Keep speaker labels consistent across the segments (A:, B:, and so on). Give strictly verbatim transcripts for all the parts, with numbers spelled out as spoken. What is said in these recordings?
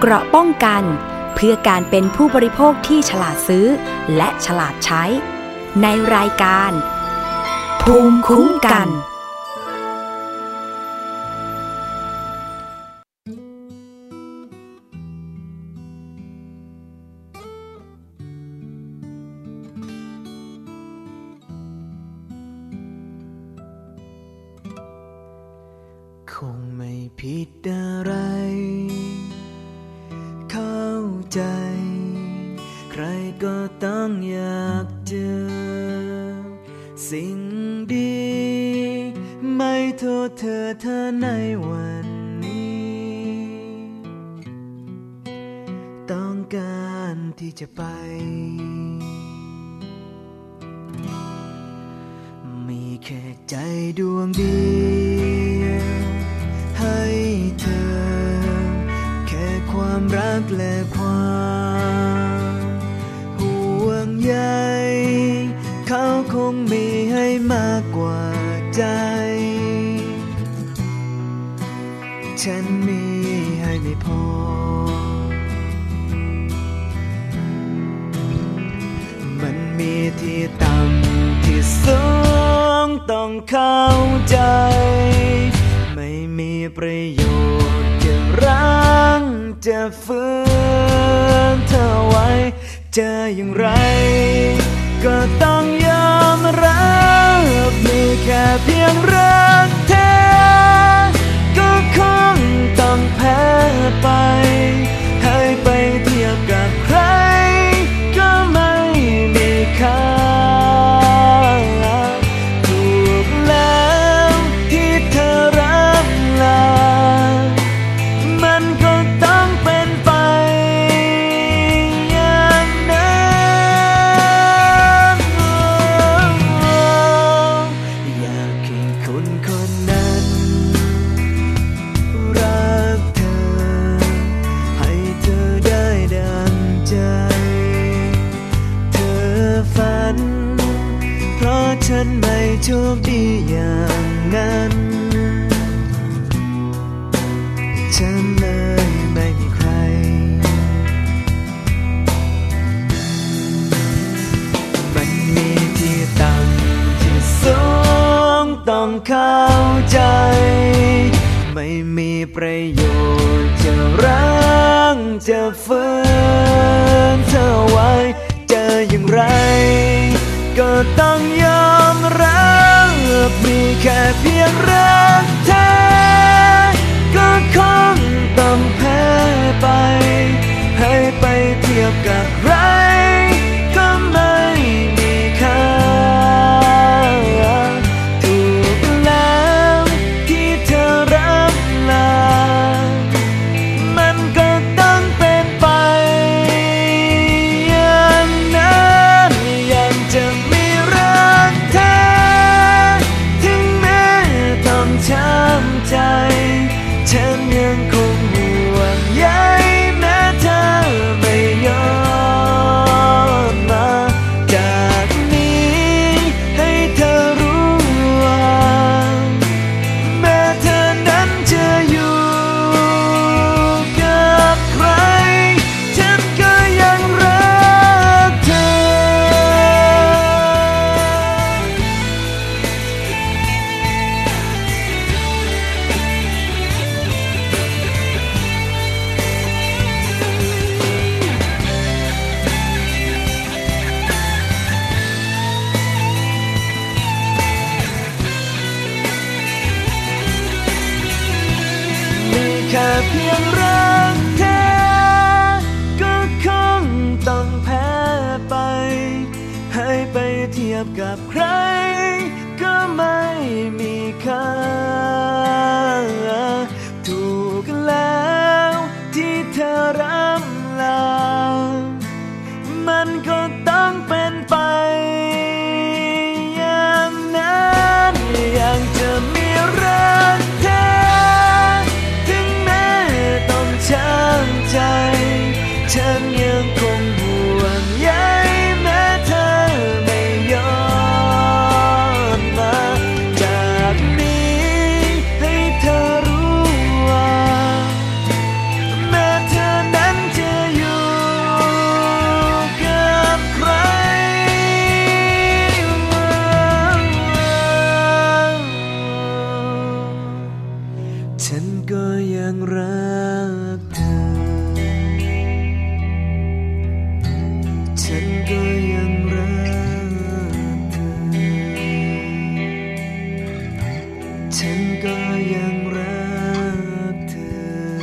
A: เกราะป้องกันเพื่อการเป็นผู้บริโภคที่ฉลาดซื้อและฉลาดใช้ในรายการภูมิคุ้มกัน
B: คงไม่ผิดอะไรเข้าใจใครก็ต้องอยากเจอสิ่งดีไม่โทษเธอเธอในวันนี้ต้องการที่จะไปมีแค่ใจดวงเดียวให้เธอแค่ความรักและความห่วงใยเขาคงมีให้มากกว่าใจฉันมีให้ไม่พอมันมีที่ต่ำที่สูงต้องเข้าใจไม่มีประโยชน์จะรั้งจะฝืนเธอไว้จะอย่างไรก็ต้องยอมรับมีแค่เพียงรักแท้ก็คงต้องแพ้ไปให้ไปเทียบกับใครก็ไม่มีค่าถูกแล้วที่เธอรับลามันก็ต้องเป็นไปอย่างนั้นอยากให้คนคนนั้นรักเธอให้เธอได้ดังใจเธอฝันเพราะฉันไม่โชคดีอย่างนั้นฉันเลยไม่มีใครมันมีที่ต่ำที่สูงต้องเข้าใจไม่มีประโยชน์จะรั้งจะฝืนเธอไว้จะอย่างไรก็ต้องยอมรับมีแค่เพียงรักแท้ก็คงต้องแพ้ไปให้ไปเทียบกับใครก็ไม่มีค่าถูกแล้วที่เธอรับลามันก็ต้องเป็นไปอย่างนั้นยังจะมีรักแท้ถึงแม้ต้องช้ำใจฉันยังคงห่วงใยแม้เธอไม่ยอมมาจากนี้ให้เธอรู้ว่าแม้เธอนั้นจะอยู่กับใครฉันก็ยังรักเธอมีแค่เพียงรักแท้ก็คงต้องแพ้ไปให้ไปเทียบกับใครก็ไม่มีค่าถูกแล้วที่เธอร่ำลามันก็ต้องเป็นไปอย่างนั้นยังจะมีรักแท้ถึงแม้ต้องช้ำใจฉันยังคงห่วงใยแม้เธอไม่ยอมมาจากนี้ให้เธอรู้ว่าแม้เธอนั้นรักเธอฉันก็ยังรักเธอฉันก็ยังรักเธอ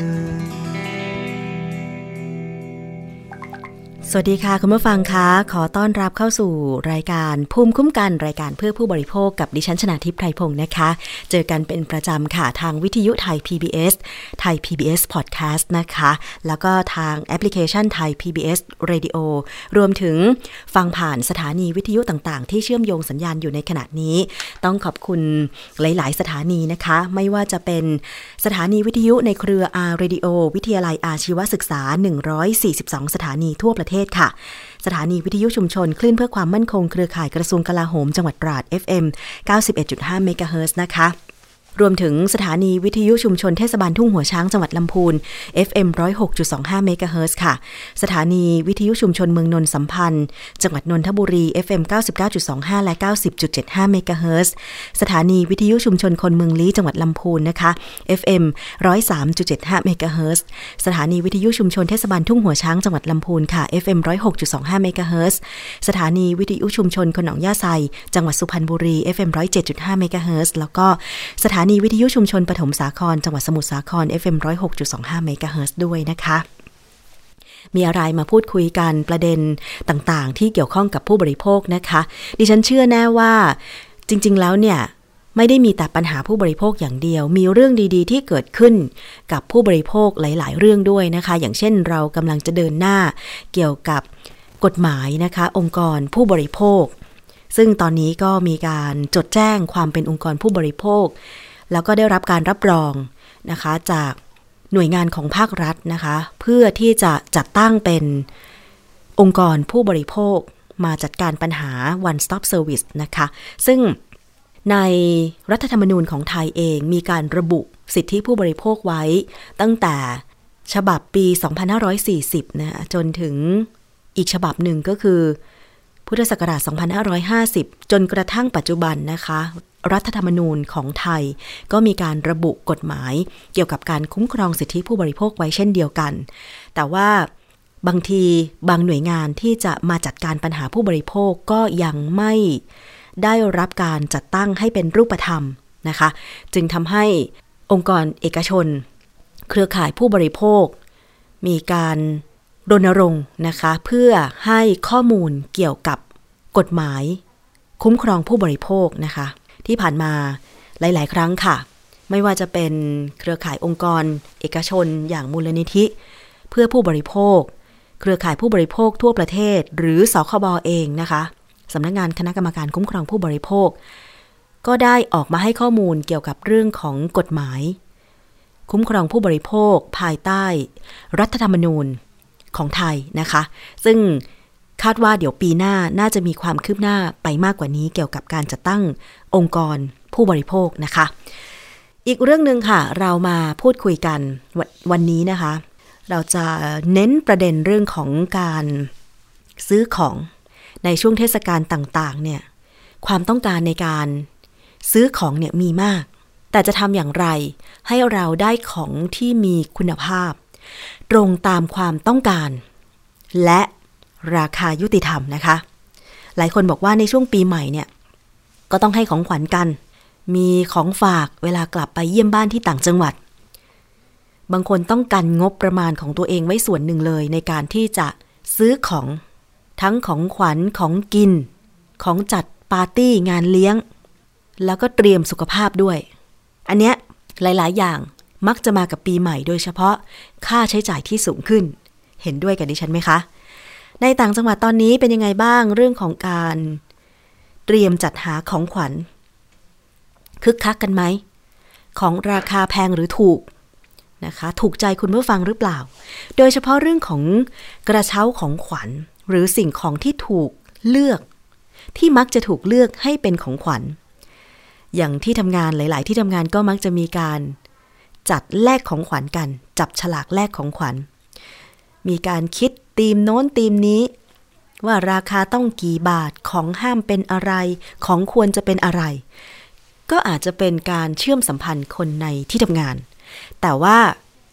C: สวัสดีค่ะคุณผู้ฟังคะขอต้อนรับเข้าสู่รายการภูมิคุ้มกันรายการเพื่อผู้บริโภคกับดิฉันชนาทิพย์ไพรพงศ์นะคะเจอกันเป็นประจำค่ะทางวิทยุไทย พี บี เอส ไทย พี บี เอส Podcast นะคะแล้วก็ทางแอปพลิเคชันไทย พี บี เอส Radio รวมถึงฟังผ่านสถานีวิทยุต่างๆที่เชื่อมโยงสัญญาณอยู่ในขณะนี้ต้องขอบคุณหลายๆสถานีนะคะไม่ว่าจะเป็นสถานีวิทยุในเครือ R Radio วิทยาลัยอาชีวศึกษาหนึ่งร้อยสี่สิบสองสถานีทั่วประเทศค่ะสถานีวิทยุชุมชนคลื่นเพื่อความมั่นคงเครือข่ายกระทรวงกลาโหมจังหวัดตราด เอฟ เอ็ม เก้าสิบเอ็ดจุดห้า เมกะเฮิรตซ์นะคะรวมถึงสถานีวิทยุชุมชนเทศบาลทุ่งหัวช้างจังหวัดลำพูน เอฟ เอ็ม หนึ่งร้อยหกจุดสองห้า เมกะเฮิรตซ์ค่ะสถานีวิทยุชุมชนเมืองนนท์สัมพันธ์จังหวัดนนทบุรี เอฟ เอ็ม เก้าสิบเก้าจุดสองห้า และ เก้าสิบจุดเจ็ดห้า เมกะเฮิรตซ์สถานีวิทยุชุมชนคนเมืองลี้จังหวัดลำพูนนะคะ เอฟ เอ็ม หนึ่งร้อยสามจุดเจ็ดห้า เมกะเฮิรตซ์สถานีวิทยุชุมชนเทศบาลทุ่งหัวช้างจังหวัดลำพูนค่ะ เอฟ เอ็ม หนึ่งร้อยหกจุดสองห้า เมกะเฮิรตซ์สถานีวิทยุชุมชนคนหนองย่าไซจังหวัดสุพรรณบุรี เอฟ เอ็ม หนึ่งร้อยเจ็ดจุดห้า เมกะเฮิรตซ์แล้วก็สถานีวิทยุชุมชนปฐมสาครจังหวัดสมุทรสาคร เอฟ เอ็ม หนึ่งร้อยหกจุดสองห้า เมกะเฮิรตซ์ด้วยนะคะมีอะไรมาพูดคุยกันประเด็นต่างๆที่เกี่ยวข้องกับผู้บริโภคนะคะดิฉันเชื่อแน่ว่าจริงๆแล้วเนี่ยไม่ได้มีแต่ปัญหาผู้บริโภคอย่างเดียวมีเรื่องดีๆที่เกิดขึ้นกับผู้บริโภคหลายๆเรื่องด้วยนะคะอย่างเช่นเรากำลังจะเดินหน้าเกี่ยวกับกฎหมายนะคะองค์กรผู้บริโภคซึ่งตอนนี้ก็มีการจดแจ้งความเป็นองค์กรผู้บริโภคแล้วก็ได้รับการรับรองนะคะจากหน่วยงานของภาครัฐนะคะเพื่อที่จะจัดตั้งเป็นองค์กรผู้บริโภคมาจัดการปัญหา One Stop Service นะคะซึ่งในรัฐธรรมนูญของไทยเองมีการระบุสิทธิผู้บริโภคไว้ตั้งแต่ฉบับปีสองพันห้าร้อยสี่สิบนะจนถึงอีกฉบับหนึ่งก็คือพุทธศักราชสองพันห้าร้อยห้าสิบจนกระทั่งปัจจุบันนะคะรัฐธรรมนูญของไทยก็มีการระบุกฎหมายเกี่ยวกับการคุ้มครองสิทธิผู้บริโภคไว้เช่นเดียวกันแต่ว่าบางทีบางหน่วยงานที่จะมาจัดการปัญหาผู้บริโภคก็ยังไม่ได้รับการจัดตั้งให้เป็นรูปธรรมนะคะจึงทำให้องค์กรเอกชนเครือข่ายผู้บริโภคมีการรณรงค์นะคะเพื่อให้ข้อมูลเกี่ยวกับกฎหมายคุ้มครองผู้บริโภคนะคะที่ผ่านมาหลายๆครั้งค่ะไม่ว่าจะเป็นเครือข่ายองค์กรเอกชนอย่างมูลนิธิเพื่อผู้บริโภคเครือข่ายผู้บริโภคทั่วประเทศหรือสคบเองนะคะสำนักงานคณะกรรมการคุ้มครองผู้บริโภคก็ได้ออกมาให้ข้อมูลเกี่ยวกับเรื่องของกฎหมายคุ้มครองผู้บริโภคภายใต้รัฐธรรมนูญของไทยนะคะซึ่งคาดว่าเดี๋ยวปีหน้าน่าจะมีความคืบหน้าไปมากกว่านี้เกี่ยวกับการจัดตั้งองค์กรผู้บริโภคนะคะอีกเรื่องนึงค่ะเรามาพูดคุยกันวันนี้นะคะเราจะเน้นประเด็นเรื่องของการซื้อของในช่วงเทศกาลต่างๆเนี่ยความต้องการในการซื้อของเนี่ยมีมากแต่จะทำอย่างไรให้เราได้ของที่มีคุณภาพตรงตามความต้องการและราคายุติธรรมนะคะหลายคนบอกว่าในช่วงปีใหม่เนี่ยก็ต้องให้ของขวัญกันมีของฝากเวลากลับไปเยี่ยมบ้านที่ต่างจังหวัดบางคนต้องกันงบประมาณของตัวเองไว้ส่วนหนึ่งเลยในการที่จะซื้อของทั้งของขวัญของกินของจัดปาร์ตี้งานเลี้ยงแล้วก็เตรียมสุขภาพด้วยอันเนี้ยหลายๆอย่างมักจะมากับปีใหม่โดยเฉพาะค่าใช้จ่ายที่สูงขึ้นเห็นด้วยกับดิฉันไหมคะในต่างจังหวัดตอนนี้เป็นยังไงบ้างเรื่องของการเตรียมจัดหาของขวัญคึกคักกันไหมของราคาแพงหรือถูกนะคะถูกใจคุณผู้ฟังหรือเปล่าโดยเฉพาะเรื่องของกระเช้าของขวัญหรือสิ่งของที่ถูกเลือกที่มักจะถูกเลือกให้เป็นของขวัญอย่างที่ทำงานหลายๆที่ทำงานก็มักจะมีการจัดแลกของขวัญกันจับฉลากแลกของขวัญมีการคิดธีมโน้นธีมนี้ว่าราคาต้องกี่บาทของห้ามเป็นอะไรของควรจะเป็นอะไรก็อาจจะเป็นการเชื่อมสัมพันธ์คนในที่ทำงานแต่ว่า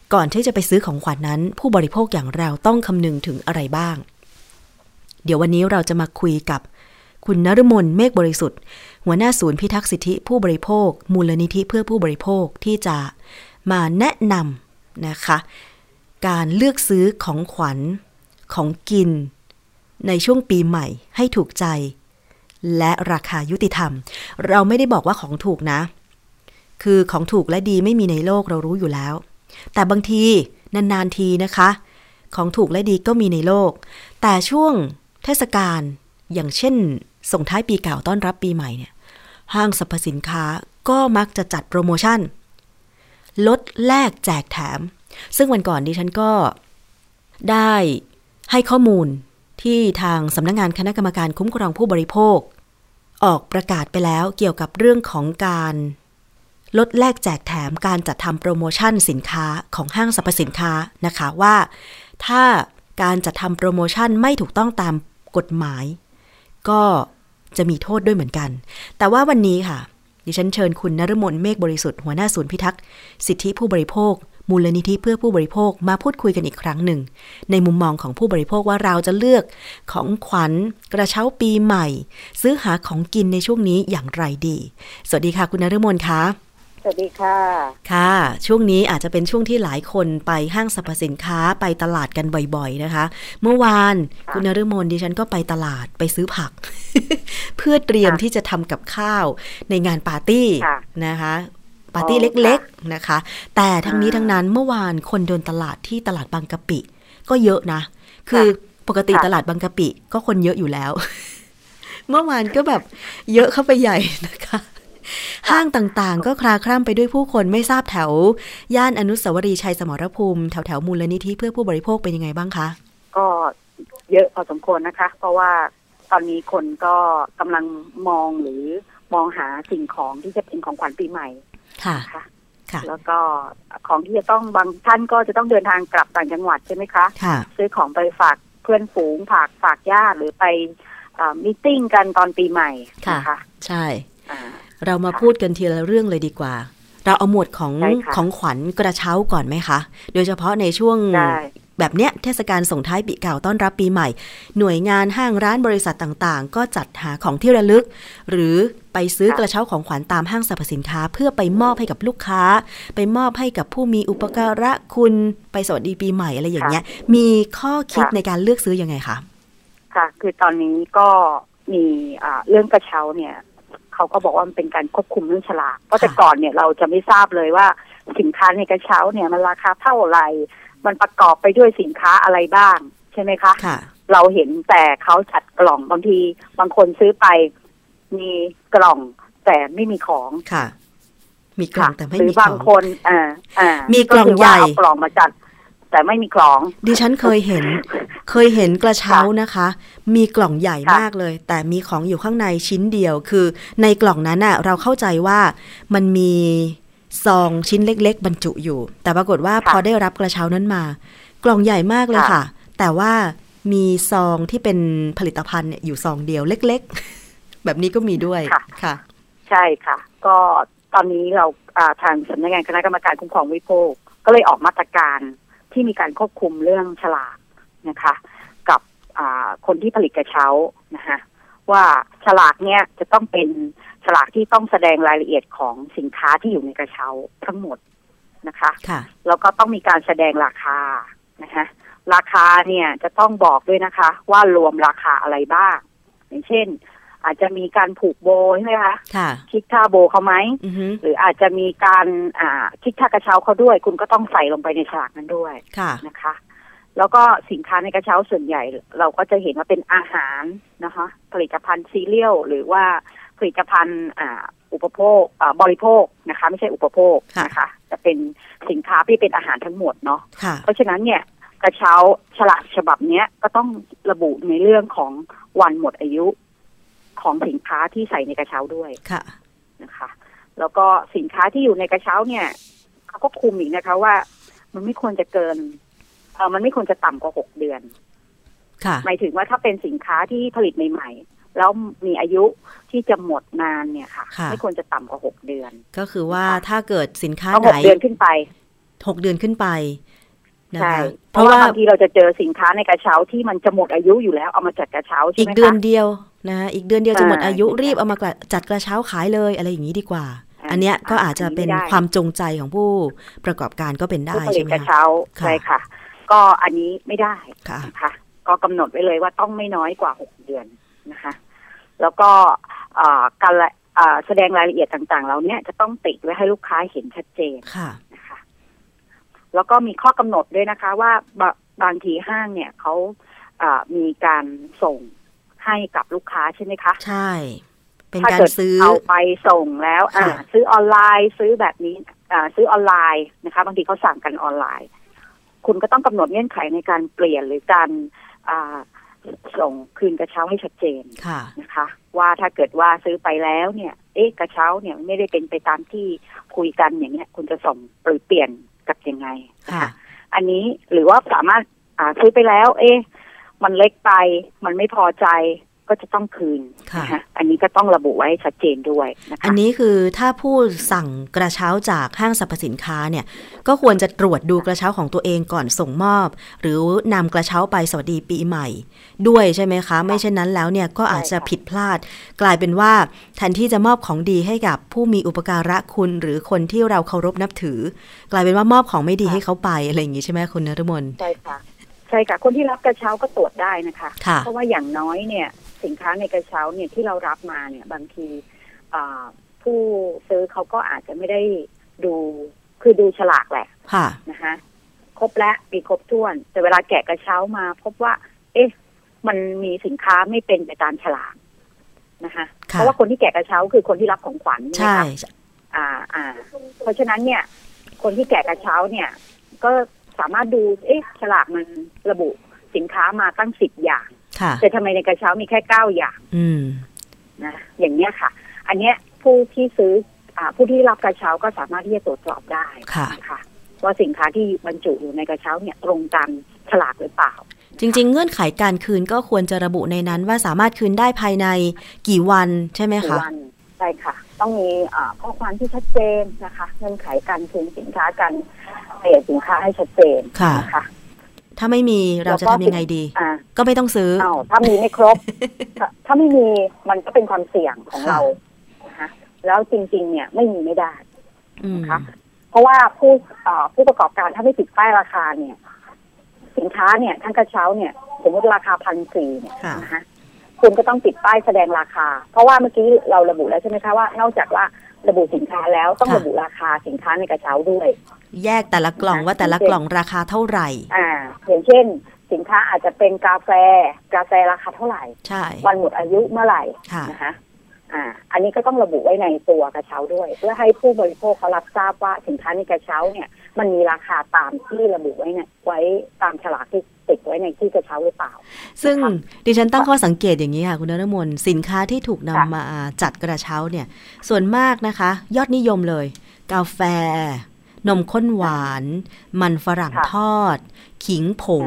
C: ก่อนที่จะไปซื้อของขวัญ น, นั้นผู้บริโภคอย่างเราต้องคำนึงถึงอะไรบ้างเดี๋ยววันนี้เราจะมาคุยกับคุณนฤมลเมฆบริสุทธิ์หัวหน้าศูนย์พิทักษ์สิทธิผู้บริโภคมูลนิธิเพื่อผู้บริโภคที่จะมาแนะนำนะคะการเลือกซื้อของขวัญของกินในช่วงปีใหม่ให้ถูกใจและราคายุติธรรมเราไม่ได้บอกว่าของถูกนะคือของถูกและดีไม่มีในโลกเรารู้อยู่แล้วแต่บางทีนานๆทีนะคะของถูกและดีก็มีในโลกแต่ช่วงเทศกาลอย่างเช่นส่งท้ายปีเก่าต้อนรับปีใหม่เนี่ยห้างสรรพสินค้าก็มักจะจัดโปรโมชั่นลดแลกแจกแถมซึ่งวันก่อนดิฉันก็ได้ให้ข้อมูลที่ทางสำนักงานคณะกรรมการคุ้มครองผู้บริโภคออกประกาศไปแล้วเกี่ยวกับเรื่องของการลดแลกแจกแถมการจัดทำโปรโมชั่นสินค้าของห้างสรรพสินค้านะคะว่าถ้าการจัดทำโปรโมชั่นไม่ถูกต้องตามกฎหมายก็จะมีโทษด้วยเหมือนกันแต่ว่าวันนี้ค่ะดิฉันเชิญคุณนฤมลเมฆบริสุทธิ์หัวหน้าศูนย์พิทักษ์สิทธิผู้บริโภคมูลนิธิเพื่อผู้บริโภคมาพูดคุยกันอีกครั้งหนึ่งในมุมมองของผู้บริโภคว่าเราจะเลือกของขวัญกระเช้าปีใหม่ซื้อหาของกินในช่วงนี้อย่างไรดีสวัสดีค่ะคุณนฤมลคะ
D: สวัสดีค่ะ
C: ค่ะช่วงนี้อาจจะเป็นช่วงที่หลายคนไปห้างสรรพสินค้าไปตลาดกันบ่อยๆนะคะเมื่อวานคุณนฤมลดิฉันก็ไปตลาดไปซื้อผัก เพื่อเตรียมที่จะทำกับข้าวในงานปาร์ตี้นะคะปาร์ตี้เล็กๆนะคะแต่ทั้งนี้ทั้งนั้นเมื่อวานคนเดินตลาดที่ตลาดบางกะปิก็เยอะนะคือปกติตลาดบางกะปิก็คนเยอะอยู่แล้ว เมื่อวานก็แบบเยอะเข้าไปใหญ่นะคะห้างต่างๆก็คลาคล่ำไปด้วยผู้คนไม่ทราบแถวย่านอนุสาวรีย์ชัยสมรภูมิแถวแถวมูลนิธิเพื่อผู้บริโภคเป็นยังไงบ้างคะ
D: ก็เยอะพอสมควรนะคะเพราะว่าตอนนี้คนก็กำลังมองหรือมองหาสิ่งของที่จะเป็นของขวัญปีใหม่
C: ค่ะ
D: ค่ะแล้วก็ของที่จะต้องบางท่านก็จะต้องเดินทางกลับต่างจังหวัดใช่ไหมคะ
C: ค่ะ
D: ซื้อของไปฝากเพื่อนฝูงฝากฝากญาติหรือไปมีตติ้งกันตอนปีใหม่
C: นะคะใช่เรามาพูดกันทีละเรื่องเลยดีกว่าเราเอาหมวดของของขวัญกระเช้าก่อนไหมคะโดยเฉพาะในช่วงแบบเนี้ยเทศกาลส่งท้ายปีเก่าต้อนรับปีใหม่หน่วยงานห้างร้านบริษัทต่างๆก็จัดหาของที่ระลึกหรือไปซื้อกระเช้าของขวัญตามห้างสรรพสินค้าเพื่อไปมอบให้กับลูกค้าไปมอบให้กับผู้มีอุปการะคุณไปสวัสดีปีใหม่อะไรอย่างเงี้ยมีข้อคิดในการเลือกซื้อยังไงคะ
D: ค่ะคือตอนนี้ก็มีเรื่องกระเช้าเนี่ยเขาก็บอกว่ามันเป็นการควบคุมเรื่องฉลากเพราะแต่ก่อนเนี่ยเราจะไม่ทราบเลยว่าสินค้าในกระเช้าเนี่ยมันราคาเท่าไหร่มันประกอบไปด้วยสินค้าอะไรบ้างใช่ไหมคะเราเห็นแต่เขาจัดกล่องบางทีบางคนซื้อไปมีกล่องแต่ไม่มีของ
C: ค่ะมีกล่องแต่ไม่มีของ
D: หรือบางคนอ่าอ่า
C: มีกล่องใหญ่
D: เอากล่องมาจัดแต่ไม่มีกล่อง
C: ดิฉันเคยเห็นเคยเห็นกระเช้านะคะมีกล่องใหญ่มากเลยแต่มีของอยู่ข้างในชิ้นเดียวคือในกล่องนั้นน่ะเราเข้าใจว่ามันมีซองชิ้นเล็กๆบรรจุอยู่แต่ปรากฏว่าพอได้รับกระเช้านั้นมากล่องใหญ่มากเลยค่ะแต่ว่ามีซองที่เป็นผลิตภัณฑ์เนี่ยอยู่ซองเดียวเล็กๆแบบนี้ก็มีด้วยค่ะ
D: ใช่ค่ะก็ตอนนี้เราทางสำนักงานคณะกรรมการคุ้มครองผู้บริโภคก็เลยออกมาตรการที่มีการควบคุมเรื่องฉลากนะคะกับคนที่ผลิตกระเช้านะคะว่าฉลากเนี้ยจะต้องเป็นฉลากที่ต้องแสดงรายละเอียดของสินค้าที่อยู่ในกระเช้าทั้งหมดนะคะแล้วก็ต้องมีการแสดงราคานะคะราคาเนี่ยจะต้องบอกด้วยนะคะว่ารวมราคาอะไรบ้างอย่างเช่นอาจจะมีการผูกโบใช่ไหมคะคิดค่าโบเขาไหมหรืออาจจะมีการคิดค่ากระเช้าเขาด้วยคุณก็ต้องใส่ลงไปในฉลากนั้นด้วยนะคะแล้วก็สินค้าในกระเช้าส่วนใหญ่เราก็จะเห็นว่าเป็นอาหารนะคะผลิตภัณฑ์ซีเรียลหรือว่าผลิตภัณฑ์อุปโภคบริโภคนะคะไม่ใช่อุปโภคนะคะจะเป็นสินค้าที่เป็นอาหารทั้งหมดเนาะเพราะฉะนั้นเนี่ยกระเช้าฉลากฉบับนี้ก็ต้องระบุในเรื่องของวันหมดอายุของสินค้าที่ใส่ในกระเช้าด้วยนะคะแล้วก็สินค้าที่อยู่ในกระเช้าเนี่ยเขาก็คุมอีกนะคะว่ามันไม่ควรจะเกินเออมันไม่ควรจะต่ำกว่าหกเดือนหมายถึงว่าถ้าเป็นสินค้าที่ผลิตใหม่ๆแล้วมีอายุที่จะหมดนานเนี่ยค่ะไม่ควรจะต่ำกว่าหกเดือน
C: ก็คือว่าถ้าเกิดสินค้าไหน
D: หกเดือนขึ้นไป
C: หกเดือนขึ้นไปนะคะ
D: เพราะว่าบางทีเราจะเจอสินค้าในกระเช้าที่มันจะหมดอายุอยู่แล้วเอามาจัดกระเช้าใช่ไหมคะ
C: อีกเดือนเดียวนะอีกเดือนเดียวจะหมดอายุรีบเอามาจัดกระเช้าขายเลยอะไรอย่างนี้ดีกว่าอันเนี้ยก็อาจจะเป็นความจงใจของผู้ประกอบการก็เป็นได้ใช่ไหมคะ
D: กระเช้าใช่ค่ะก็อันนี้ไม่ได้ค่ะก็กำหนดไว้เลยว่าต้องไม่น้อยกว่าหกเดือนนะคะแล้วก็การแสดงรายละเอียดต่างๆเราเนี้ยจะต้องติดไว้ให้ลูกค้าเห็นชัดเจนนะคะแล้วก็มีข้อกำหนดด้วยนะคะว่าบางทีห้างเนี่ยเขามีการส่งให้กับลูกค้าใช่ไหมคะ
C: ใช่เป็นการซื้อ
D: เอาไปส่งแล้วซื้อออนไลน์ซื้อแบบนี้ซื้อออนไลน์นะคะบางทีเขาสั่งกันออนไลน์คุณก็ต้องกำหนดเงื่อนไขในการเปลี่ยนหรือการส่งคืนกระเช้าให้ชัดเจนนะคะว่าถ้าเกิดว่าซื้อไปแล้วเนี่ยเอ๊ะกระเช้าเนี่ยไม่ได้เป็นไปตามที่คุยกันอย่างเงี้ยคุณจะส่งหรือเปลี่ยนกับยังไงนะคะอันนี้หรือว่าสามารถซื้อไปแล้วเอ๊ะมันเล็กไปมันไม่พอใจก็จะต้องคืนนะคะอันนี้ก็ต้องระบุไว้ชัดเจนด้วยนะคะ
C: อันนี้คือถ้าผู้สั่งกระเช้าจากห้างสรรพสินค้าเนี่ยก็ควรจะตรวจดูกระเช้าของตัวเองก่อนส่งมอบหรือนำกระเช้าไปสวัสดีปีใหม่ด้วยใช่ไหมคะไม่เช่นนั้นแล้วเนี่ยก็อาจจะผิดพลาดกลายเป็นว่าแทนที่จะมอบของดีให้กับผู้มีอุปการะคุณหรือคนที่เราเคารพนับถือกลายเป็นว่ามอบของไม่ดีให้เขาไปอะไรอย่างนี้ใช่ไหมคุณนฤมล
D: ใช่ค่ะใช่ค่ะคนที่รับกระเช้าก็ตรวจได้นะคะเพราะว่าอย่างน้อยเนี่ยสินค้าในกระเช้าเนี่ยที่เรารับมาเนี่ยบางทีผู้ซื้อเขาก็อาจจะไม่ได้ดูคือดูฉลากแหละนะคะครบและมีครบถ้วนแต่เวลาแกะกระเช้ามาพบว่าเอ๊ะมันมีสินค้าไม่เป็นไปตามฉลากนะคะเพราะว่าคนที่แกะกระเช้าคือคนที่รับของขวัญใช่อ่าอ่าเพราะฉะนั้นเนี่ยคนที่แกะกระเช้าเนี่ยก็สามารถดูเอ๊ะฉลากมันระบุสินค้ามาตั้งสิบอย่างแต่ทำไมในกระเช้ามีแค่เก้าอย่างนะอย่างเนี้ยค่ะอันเนี้ยผู้ที่ซื้ออ่าผู้ที่รับกระเช้าก็สามารถที่จะตรวจสอบได้ค่ะว่าสินค้าที่บรรจุอยู่ในกระเช้าเนี่ยตรงตามฉลากหรือเปล่า
C: จริงๆเงื่อนไขการคืนก็ควรจะระบุในนั้นว่าสามารถคืนได้ภายในกี่วันใช่ไหมคะ
D: กี่วันใช่ค่ะต้องมีข้อความที่ชัดเจนนะคะเงื่อนไขการคืนสินค้าการเปลี่ยนสินค้าให้ชัดเจนนะคะ
C: ถ้าไม่มีเราจะทำยังไงดีก็ไม่ต้องซื้อ
D: อ้าวถ้ามีไม่ครบ ถ้าไม่มีมันก็เป็นความเสี่ยงของเรานะคะแล้วจริงๆเนี่ยไม่มีไม่ได้นะคะเพราะว่าผู้ผู้ประกอบการถ้าไม่ติดป้ายราคาเนี่ยสินค้าเนี่ยทั้งกระเช้าเนี่ยสมมติราคาพันสี่เนี่ยนะคะคุณก็ต้องติดป้ายแสดงราคาเพราะว่าเมื่อกี้เราระบุแล้วใช่ไหมคะว่านอกจากว่าระบุสินค้าแล้วต้องระบุราคาสินค้าในกระเช้าด้วย
C: แยกแต่ละกล่องว่าแต่ละกล่องราคาเท่าไหร่
D: อ่าอย่างเช่นสินค้าอาจจะเป็นกาแฟกาแฟราคาเท่าไหร่
C: ใช่
D: วันหมดอายุเมื่อไหร่นะคะอ่าอันนี้ก็ต้องระบุไว้ในตัวกระเช้าด้วยเพื่อให้ผู้บริโภคเขารับทราบว่าสินค้าในกระเช้าเนี่ยมันมีราคาตามที่ระบุไว้เนี่ยไว้ตามฉลากที่ติดไว้ในที่กระเช้าหรือเปล่า
C: ซึ่งดิฉันตั้งข้อสังเกตอย่างนี้ค่ะคุณนฤมลสินค้าที่ถูกนำมาจัดกระเช้าเนี่ยส่วนมากนะคะยอดนิยมเลยกาแฟนมข้นหวานมันฝรั่งทอดขิงผง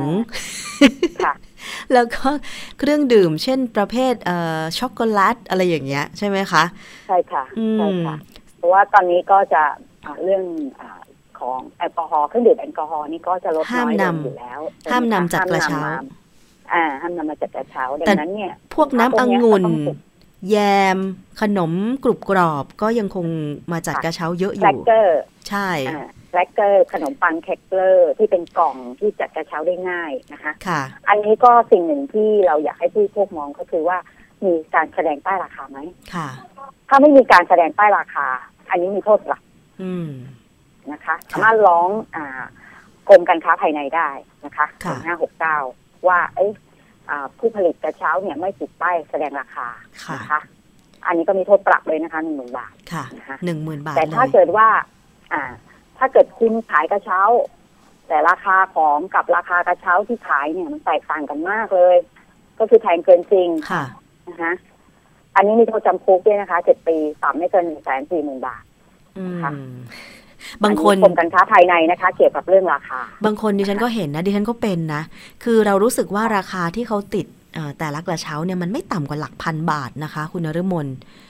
C: แล้วก็เครื่องดื่มเช่นประเภทช็อกโกแลตอะไรอย่างเงี้ยใช่ไหมคะ
D: ใช่ค่ะใช่ค่ะเพราะว่าตอนนี้ก็จะเรื่องของแอลกอฮอล์เครื่องดื่มแอลกอฮอล์นี่ก็จะลดน้อยลงอยู่แล้ว
C: ห้ามนำจัดกระเช้า
D: อ่าห้ามนำมาจัดกระเช้าดังนั้นเนี่ย
C: พวกน้ำองุ่นแยมขนมกรุบกรอบก็ยังคงมาจัดกระเช้าเยอะอยู่
D: แลกเกอร์
C: ใช่
D: แลกเกอร์ขนมปังแคคเกอร์ที่เป็นกล่องที่จัดกระเช้าได้ง่ายนะคะ
C: ค่ะ
D: อันนี้ก็สิ่งหนึ่งที่เราอยากให้ผู้บริโภคมองก็คือว่ามีการแสดงป้ายราคาไหม
C: ค่ะ
D: ถ้าไม่มีการแสดงป้ายราคาอันนี้มีโทษปรับนะคะสามารถร้องอ่ากรมการค้าภายในได้นะคะหนึ่งห้าหกเก้าว่าเอ้ผู้ผลิตกระเช้าเนี่ยไม่ติดป้ายแสดงราคานะคะอันนี้ก็มีโทษปรับเลยนะคะหนึ่งหมื่นบาท
C: ค่ะหนึ่งหมื่นบาท
D: แต่ถ้าเกิดว่าอ่าถ้าเกิดคุณขายกระเช้าแต่ราคาของกับราคากระเช้าที่ขายเนี่ยมันแตกต่างกันมากเลยก็คือแพงเกินจริง
C: ค่ะ
D: นะคะอันนี้มีโทษจำคุกด้วยนะคะเจ็ดปีปรับไม่เกินหนึ่งแสนสี่หมื่นบาท
C: ค่ะบางคน
D: กรมการค้าภายในนะคะเกี่ยวกับเรื่องราคา
C: บางคนดิฉันก็เห็นนะดิฉันก็เป็นนะคือเรารู้สึกว่าราคาที่เขาติดแต่ละกระเช้าเนี่ยมันไม่ต่ำกว่าหลักพันบาทนะคะคุณนฤมล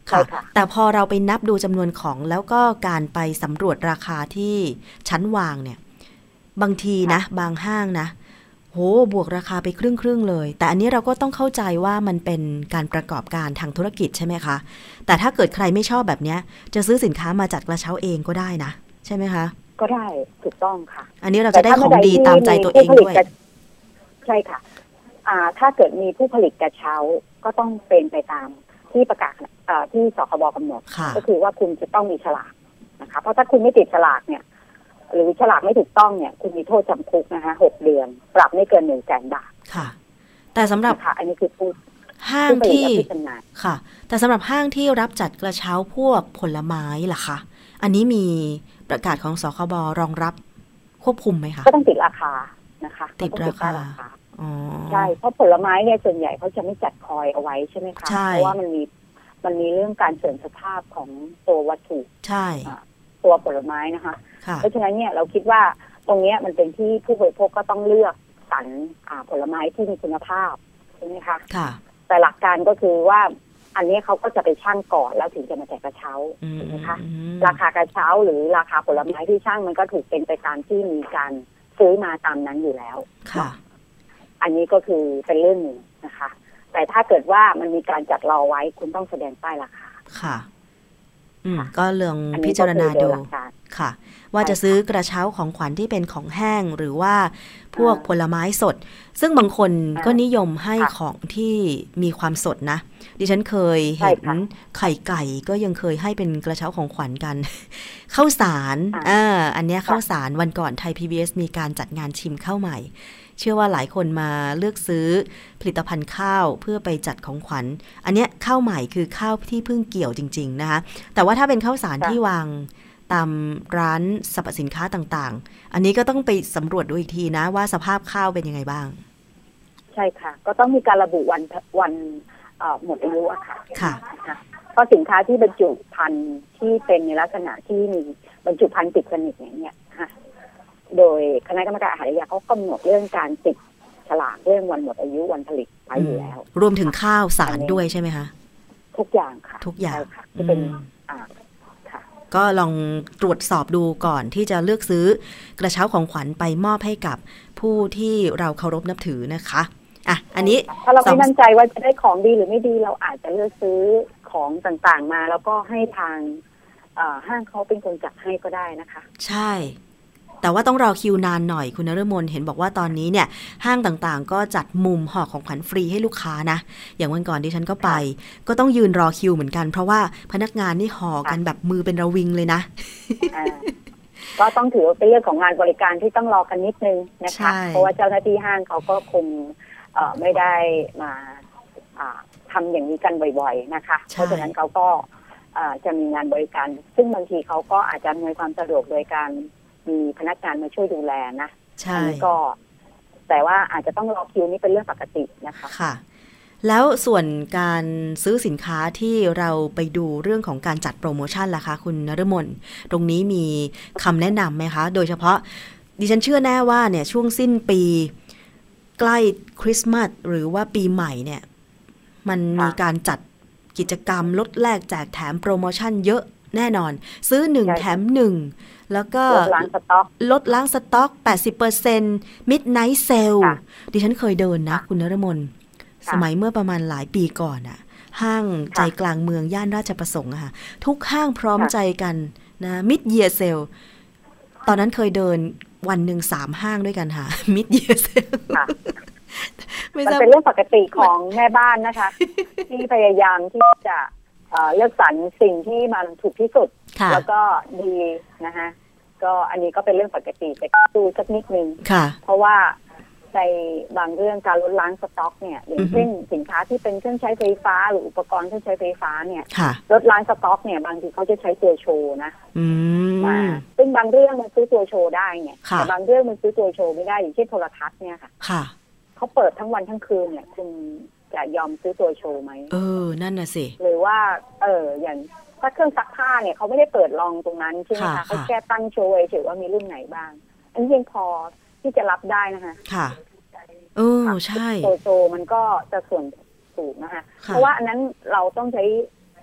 C: ค่ะแต่พอเราไปนับดูจำนวนของแล้วก็การไปสำรวจราคาที่ชั้นวางเนี่ยบางทีนะบางห้างนะโหบวกราคาไปครึ่งครึ่งเลยแต่อันนี้เราก็ต้องเข้าใจว่ามันเป็นการประกอบการทางธุรกิจใช่ไหมคะแต่ถ้าเกิดใครไม่ชอบแบบนี้จะซื้อสินค้ามาจัดกระเช้าเองก็ได้นะใช่ไหมคะ
D: ก็ได้ถูกต้องค่ะ
C: อันนี้เราจะได้ของดีตามใจตัวเองด้วย
D: ใช่ค่ะอ่าถ้าเกิดมีผู้ผลิตกระเช้าก็ต้องเป็นไปตามที่ประกาศที่สคบกำหนดก็คือว่าคุณจะต้องมีฉลากนะคะเพราะถ้าคุณไม่ติดฉลากเนี่ยหรือฉลากไม่ถูกต้องเนี่ยคุณมีโทษจำคุกนะคะหกเดือนปรับไม่เกินหนึ่งแสนบาท
C: ค่ะแต่สำหรับ
D: ค่ะอันนี้คือพูด
C: ห้างที่ค่ะแต่สำหรับห้างที่รับจัดกระเช้าพวกผลไม้ล่ะคะอันนี้มีประกาศของสคบรองรับควบคุมไหมคะ
D: ก็ต้องติดราคานะคะ
C: ติดราคา
D: ใช่เพราะผลไม้เนี่ยส่วนใหญ่เขาจะไม่จัดคอยเอาไว้ใช่ไหมคะเพราะว่ามันมีมันมีเรื่องการเสื่อมสภาพของตัววัตถุ
C: ใช่
D: ตัวผลไม้นะคะเพราะฉะนั้นเนี่ยเราคิดว่าตรงนี้มันเป็นที่ผู้บริโภคก็ต้องเลือกสรรผลไม้ที่มีคุณภาพใช่ไหมคะ
C: ค่ะ
D: แต่หลักการก็คือว่าอันนี้เขาก็จะไปชั่งก่อนแล้วถึงจะมาแจกกระเช้าถูกไหมคะราคากระเช้าหรือราคาผลไม้ที่ชั่งมันก็ถูกเป็นไปตามที่มีการซื้อมาตามนั้นอยู่แล้ว
C: ค่ะ
D: อันนี้ก็คือเป็นเรื่องหนึ่งนะคะแต่ถ้าเกิดว่ามันมีการจัดรอไว้คุณต้องแสดงป้ายราคา
C: ค่ะอืมก็ลองพิจารณาดูค่ะว่าจะซื้อกระเช้าของขวัญที่เป็นของแห้งหรือว่าพวกผลไม้สดซึ่งบางคนก็นิยมให้ของที่มีความสดนะดิฉันเคยเห็นไข่ไก่ก็ยังเคยให้เป็นกระเช้าของขวัญกันข้าวสารอ่าอันนี้ข้าวสารวันก่อนไทย พี บี เอส มีการจัดงานชิมข้าวใหม่เชื่อว่าหลายคนมาเลือกซื้อผลิตภัณฑ์ข้าวเพื่อไปจัดของขวัญอันนี้ข้าวใหม่คือข้าวที่เพิ่งเกี่ยวจริงๆนะคะแต่ว่าถ้าเป็นข้าวสารที่วางตามร้านสรรพสินค้าต่างๆอันนี้ก็ต้องไปสำรวจดูอีกทีนะว่าสภาพข้าวเป็นยังไงบ้าง
D: ใช่ค่ะก็ต้องมีการระบุวันวันหมดอายุอะค่ะ
C: ค่ะ
D: เพราะสินค้าที่บรรจุภัณฑ์ที่เป็นในลักษณะที่มีบรรจุภัณฑ์ติดสนิทอย่างเนี้ยค่ะโดยคณะกรรมการอาหารและยาเขากำหนดเรื่องการติดฉลากเรื่องวันหมดอายุวันผลิตไว้อยู่แล้ว
C: รวมถึงข้าวสารด้วยใช่ไหมคะ
D: ทุกอย่างค่ะ
C: ทุกอย่าง
D: ที่เป็นอ่าค่ะ
C: ก็ลองตรวจสอบดูก่อนที่จะเลือกซื้อกระเช้าของขวัญไปมอบให้กับผู้ที่เราเคารพนับถือนะคะอ่ะอันนี้
D: ถ้าเราไม่มั่นใจว่าจะได้ของดีหรือไม่ดีเราอาจจะเลือกซื้อของต่างๆมาแล้วก็ให้ทางห้างเขาเป็นคนจัดให้ก็ได้นะคะ
C: ใช่แต่ว่าต้องรอคิวนานหน่อยคุณนฤมลเห็นบอกว่าตอนนี้เนี่ยห้างต่างๆก็จัดมุมห่อของขวัญฟรีให้ลูกค้านะอย่างวันก่อนดิฉันก็ไปก็ต้องยืนรอคิวเหมือนกันเพราะว่าพนักงานนี่ห่อกันแบบมือเป็นระวิงเลยนะ
D: ก็ต้องถือว่าเป็นเรื่องของงานบริการที่ต้องรอกันนิดนึงนะคะเพราะว่าเจ้าหน้าที่ห้างเขาก็คงไม่ได้มาทำอย่างนี้กันบ่อยๆนะคะเพราะฉะนั้นเขาก็จะมีงานบริการซึ่งบางทีเขาก็อาจจะอำนวยความสะดวกโดยการมีพนักงานมาช่วยดูแลนะอันนี้ก็แต่ว่าอาจจะต้องรอคิวนี่เป็นเรื่องปกตินะคะ
C: ค่ะแล้วส่วนการซื้อสินค้าที่เราไปดูเรื่องของการจัดโปรโมชั่นล่ะคะคุณนฤมลตรงนี้มีคำแนะนำไหมคะโดยเฉพาะดิฉันเชื่อแน่ว่าเนี่ยช่วงสิ้นปีใกล้คริสต์มาสหรือว่าปีใหม่เนี่ยมันมีการจัดกิจกรรมลดแลกแจกแถมโปรโมชั่นเยอะแน่นอนซื้อหนึ่งแถมหนึ่งแล้วก็
D: ลดล้างสต็อก
C: ลดล้างสต็อก แปดสิบเปอร์เซ็นต์ Midnight Sale ดิฉันเคยเดินนะคุณนฤมลสมัยเมื่อประมาณหลายปีก่อนอะห้างใจกลางเมืองย่านราชประสงค์อะค่ะทุกห้างพร้อมใจกันนะ Mid Year Sale ตอนนั้นเคยเดินวันหนึ่งสามห้างด้วยกันค่ะ Mid Year Sale
D: มันเป็นเรื่องปกติของแม่บ้านนะคะที่พยายามที่จะเลือกสรรสิ่งที่มันถูกที่สุดแล้วก็ดีนะคะก็อันนี้ก็เป็นเรื่องปกติแต่ดูสักนิดนึงเพราะว่าในบางเรื่องการลดล้างสต็อกเนี่ยอย่างเช่นสินค้าที่เป็นเครื่องใช้ไฟฟ้าหรืออุปกรณ์เครื่องใช้ไฟฟ้าเนี่ยลดล้างสต็อกเนี่ยบางทีเขาจะใช้ตัวโชว์นะซึ่งบางเรื่องมันซื้อตัวโชว์ได้เนี่ยแต่บางเรื่องมันซื้อตัวโชว์ไม่ได้อย่างเช่นโทรทัศน์เนี่ยค่ะเขาเปิดทั้งวันทั้งคืนเนี่ยคุณจะยอมซื้อตัวโชว์ไหม
C: เออนั่นน่ะสิ
D: หรือว่าเอออย่างถ้าเครื่องซักผ้าเนี่ยเขาไม่ได้เปิดลองตรงนั้นใช่ไหมคะเขาแค่ตั้งโชว์เฉยๆว่ามีรุ่นไหนบ้างอันนี้ยังพอที่จะรับได้นะคะ
C: ค่ะเออใช่
D: ตัวโชว์มันก็จะส่วนสูงนะคะเพราะว่าอันนั้นเราต้องใช้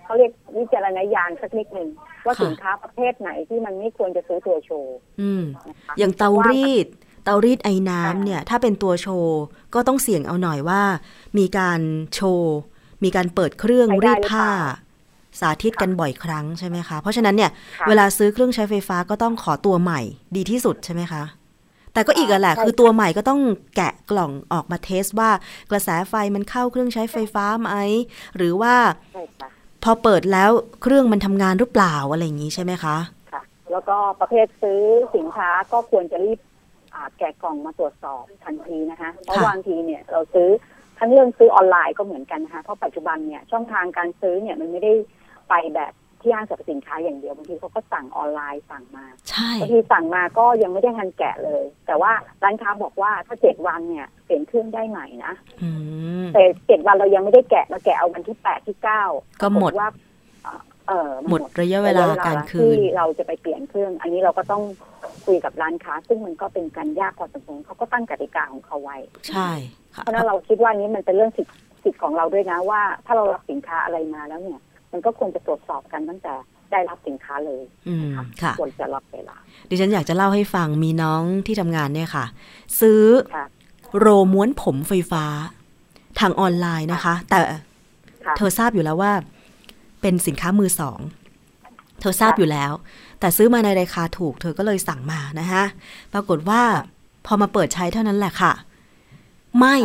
D: เขาเรียกวิจารณญาณสักนิดหนึ่งว่าสินค้าประเภทไหนที่มันไม่ควรจะซื้อตัวโชว์
C: อย่างเตารีดเตารีดไอ้น้ำเนี่ยถ้าเป็นตัวโชว์ก็ต้องเสี่ยงเอาหน่อยว่ามีการโชว์มีการเปิดเครื่องรีดผ้าสาธิตกันบ่อยครั้งใช่ไหมคะเพราะฉะนั้นเนี่ยเวลาซื้อเครื่องใช้ไฟฟ้าก็ต้องขอตัวใหม่ดีที่สุดใช่ไหมคะแต่ก็อีกอ่ะแหละคือตัวใหม่ก็ต้องแกะกล่องออกมาเทสว่ากระแสไฟมันเข้าเครื่องใช้ไฟฟ้าไหมหรือว่าพอเปิดแล้วเครื่องมันทำงานหรือเปล่าอะไรอย่างนี้ใช่ไหมคะ
D: ค่ะแล้วก็ประเภทซื้อสินค้าก็ควรจะรีบแกะกล่องมาตรวจสอบทันทีนะคะเพราะบางทีเนี่ยเราซื้อทั้งเรื่องซื้อออนไลน์ก็เหมือนกันนะคะเพราะปัจจุบันเนี่ยช่องทางการซื้อเนี่ยมันไม่ได้ไปแบบที่ห้างสรรพสินค้าอย่างเดียวบางทีเขาก็สั่งออนไลน์สั่งมาบางทีสั่งมาก็ยังไม่ได้ทันแกะเลยแต่ว่าร้านค้าบอกว่าถ้าเจ็ดวันเนี่ยเปลี่ยนเครื่องได้ใหม่นะแต่เจ็ดวันเรายังไม่ได้แกะมาแกะเอาวันที่แปดที่เก้า
C: ก็หมด
D: ว่าเออ
C: หมดระยะเวลาการคืน
D: ที่เราจะไปเปลี่ยนเครื่องอันนี้เราก็ต้องคุยกับร้านค้าซึ่งมันก็เป็นการยากพอสมควรเขาก็ตั้งกติกาของเขาไว้
C: ใช่
D: เพราะนั้นเราคิดว่านี้มันเป็นเรื่องสิทธิ์สิทธิ์ของเราด้วยนะว่าถ้าเรารับสินค้าอะไรมาแล้วเนี่ยมันก็ควรจะตรวจสอบกันตั้งแต่ได้รับสินค้าเลยค่ะควรจะรับเวลา
C: ดิฉันอยากจะเล่าให้ฟังมีน้องที่ทำงานเนี่ยค่ะซื้อโรม้วนผมไฟฟ้าทางออนไลน์นะคะแต่เธอทราบอยู่แล้วว่าเป็นสินค้ามือสองเธอทราบอยู่แล้วแต่ซื้อมาในราคาถูกเธอก็เลยสั่งมานะคะปรากฏว่าพอมาเปิดใช้เท่านั้นแหละค่ะไม่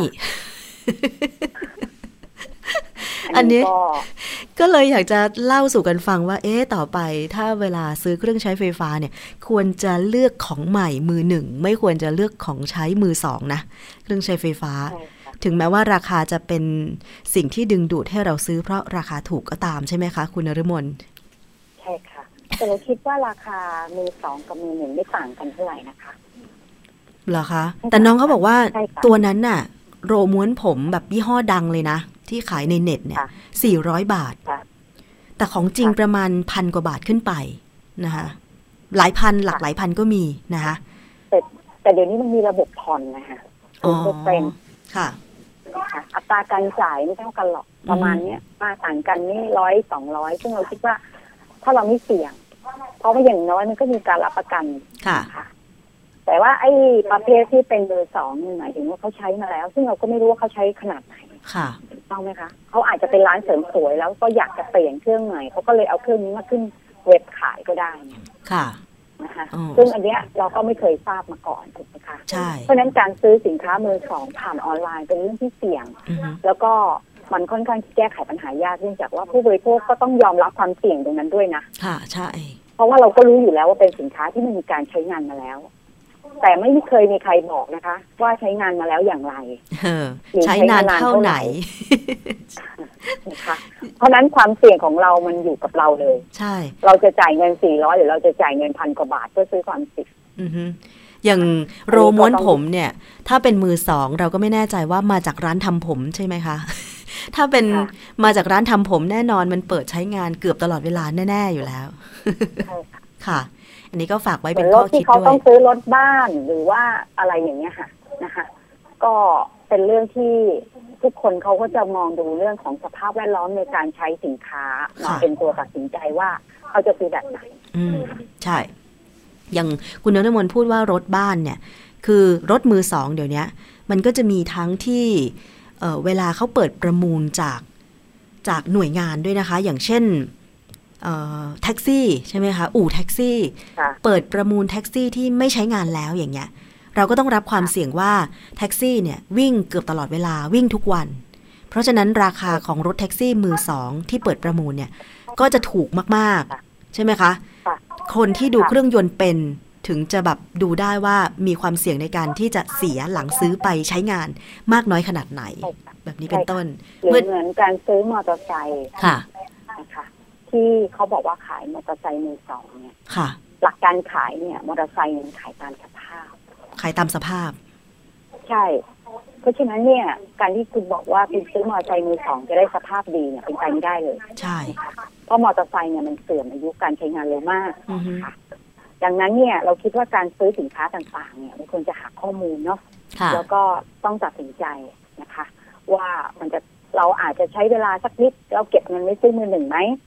C: อันนี้ก็เลยอยากจะเล่าสู่กันฟังว่าเอ๊ะต่อไปถ้าเวลาซื้อเครื่องใช้ไฟฟ้าเนี่ยควรจะเลือกของใหม่มือหนึ่งไม่ควรจะเลือกของใช้มือสองนะเครื่องใช้ไฟฟ้าถึงแม้ว่าราคาจะเป็นสิ่งที่ดึงดูดให้เราซื้อเพราะราคาถูกก็ตามใช่ไหมคะคุณนฤมล
D: ใช่ค่ะแต่เราคิดว่าราคามือสองกับมือหนึ่งไม่ต่างกันเท่าไหร่นะคะ
C: เหรอคะแต่น้องเขาบอกว่าตัวนั้นน่ะโรม้วนผมแบบยี่ห้อดังเลยนะที่ขายในเน็ตเนี่ยสี่ร้อยบาทแต่ของจริงประมาณพันกว่าบาทขึ้นไปนะคะหลายพันหลักหลายพันก็มีนะคะ
D: แต่แต่เดี๋ยวนี้มันมีระบบผ่อนนะคะ
C: อ๋อค่ะ
D: อัตราการจ่ายไม่เท่ากันหรอกประมาณเนี้ยมาต่างกันนี่ร้อยสองร้อยซึ่งเราคิดว่าถ้าเราไม่เสี่ยงเพราะว่าอย่างน้อยมันก็มีการรับประกัน
C: ค่ะ
D: แต่ว่าไอ้ประเภทที่เป็นเบอร์สองหมายถึงว่าเขาใช้มาแล้วซึ่งเราก็ไม่รู้ว่าเขาใช้ขนาดไหน
C: ค่ะ
D: ถูกต้องไหมคะเขาอาจจะเป็นร้านเสริมสวยแล้วก็อยากจะเปลี่ยนเครื่องใหม่เขาก็เลยเอาเครื่องนี้มาขึ้นเว็บขายก็ได้
C: ค่ะ
D: นะคะซึ่งอันเนี้ยเราก็ไม่เคยทราบมาก่อนถูกไหมคะ
C: ใช่
D: เพราะฉะนั้นการซื้อสินค้ามือสองผ่านออนไลน์เป็นเรื่องที่เสี่ยงแล้วก็มันค่อนข้างแก้ไขปัญหายากเนื่องจากว่าผู้บริโภคก็ต้องยอมรับความเสี่ยงตรงนั้นด้วยนะ
C: ค่ะใช่
D: เพราะว่าเราก็รู้อยู่แล้วว่าเป็นสินค้าที่มันมีการใช้งานมาแล้วแต่ไม่เคยมีใครบอกนะคะว่าใช้งานมาแล้วอย่างไร
C: ใช้นานเท่าไหน
D: นะคะเพราะนั้นความเสี่ยงของเรามันอยู่กับเราเลย
C: ใช่
D: เราจะจ่ายเงินสี่ร้อยหรือเราจะจ่ายเงินพันกว่าบาทเพื่อซื้อความเสี่ยง
C: อย่างโรม้วนผมเนี่ยถ้าเป็นมือสองเราก็ไม่แน่ใจว่ามาจากร้านทำผมใช่ไหมคะถ้าเป็นมาจากร้านทำผมแน่นอนมันเปิดใช้งานเกือบตลอดเวลาแน่ๆอยู่แล้วค่ะอันนี้ก็ฝากไว้เป็นข้อคิดด้วย
D: ที่เขาต้องซื้อรถบ้านหรือว่าอะไรอย่างเงี้ยค่ะนะคะก็เป็นเรื่องที่ทุกคนเขาก็จะมองดูเรื่องของสภาพแวดล้อมในการใช้สินค้ามาเป็นตัวตัดสินใจว่าเขาจะซื้อแบบไหน
C: อืมใช่อย่างคุณนฤมลพูดว่ารถบ้านเนี่ยคือรถมือสองเดี๋ยวนี้มันก็จะมีทั้งที่เอ่อเวลาเขาเปิดประมูลจากจากหน่วยงานด้วยนะคะอย่างเช่นแท็กซี่ใช่ไหมคะอู่แท็กซี่เปิดประมูลแท็กซี่ที่ไม่ใช้งานแล้วอย่างเงี้ยเราก็ต้องรับความเสี่ยงว่าแท็กซี่เนี่ยวิ่งเกือบตลอดเวลาวิ่งทุกวันเพราะฉะนั้นราคาของรถแท็กซี่มือสองที่เปิดประมูลเนี่ยก็จะถูกมากๆใช่ไหมคะคนที่ดูเครื่องยนต์เป็นถึงจะแบบดูได้ว่ามีความเสี่ยงในการที่จะเสียหลังซื้อไปใช้งานมากน้อยขนาดไหนแบบนี้เป็นต้น
D: เหมือนการซื้อมอเตอร์ไซค์
C: ค่ะ
D: นะคะที่เขาบอกว่าขายมอเตอร์ไซค์มือสองเนี่ย
C: ค่ะ
D: หลักการขายเนี่ยมอเตอร์ไซค์มันขายตามสภาพ
C: ขายตามสภาพ
D: ใช่เพราะฉะนั้นเนี่ยการที่คุณบอกว่าคุณซื้อมอเตอร์ไซค์มือสองจะได้สภาพดีเนี่ยเป็นไปไม่ได้เลย
C: ใช่
D: เพราะมอเตอร์ไซค์เนี่ยมันเสื่อมอายุการใช้งานเร็วมากค่ะดังนั้นเนี่ยเราคิดว่าการซื้อสินค้าต่างๆเนี่ยมันควรจะหาข้อมูลเนาะแล้วก็ต้องตัดสินใจนะคะว่ามันจะเราอาจจะใช้เวลาสักนิดเราเก็บเงินไว้ซื้อมือหนึ่งไหม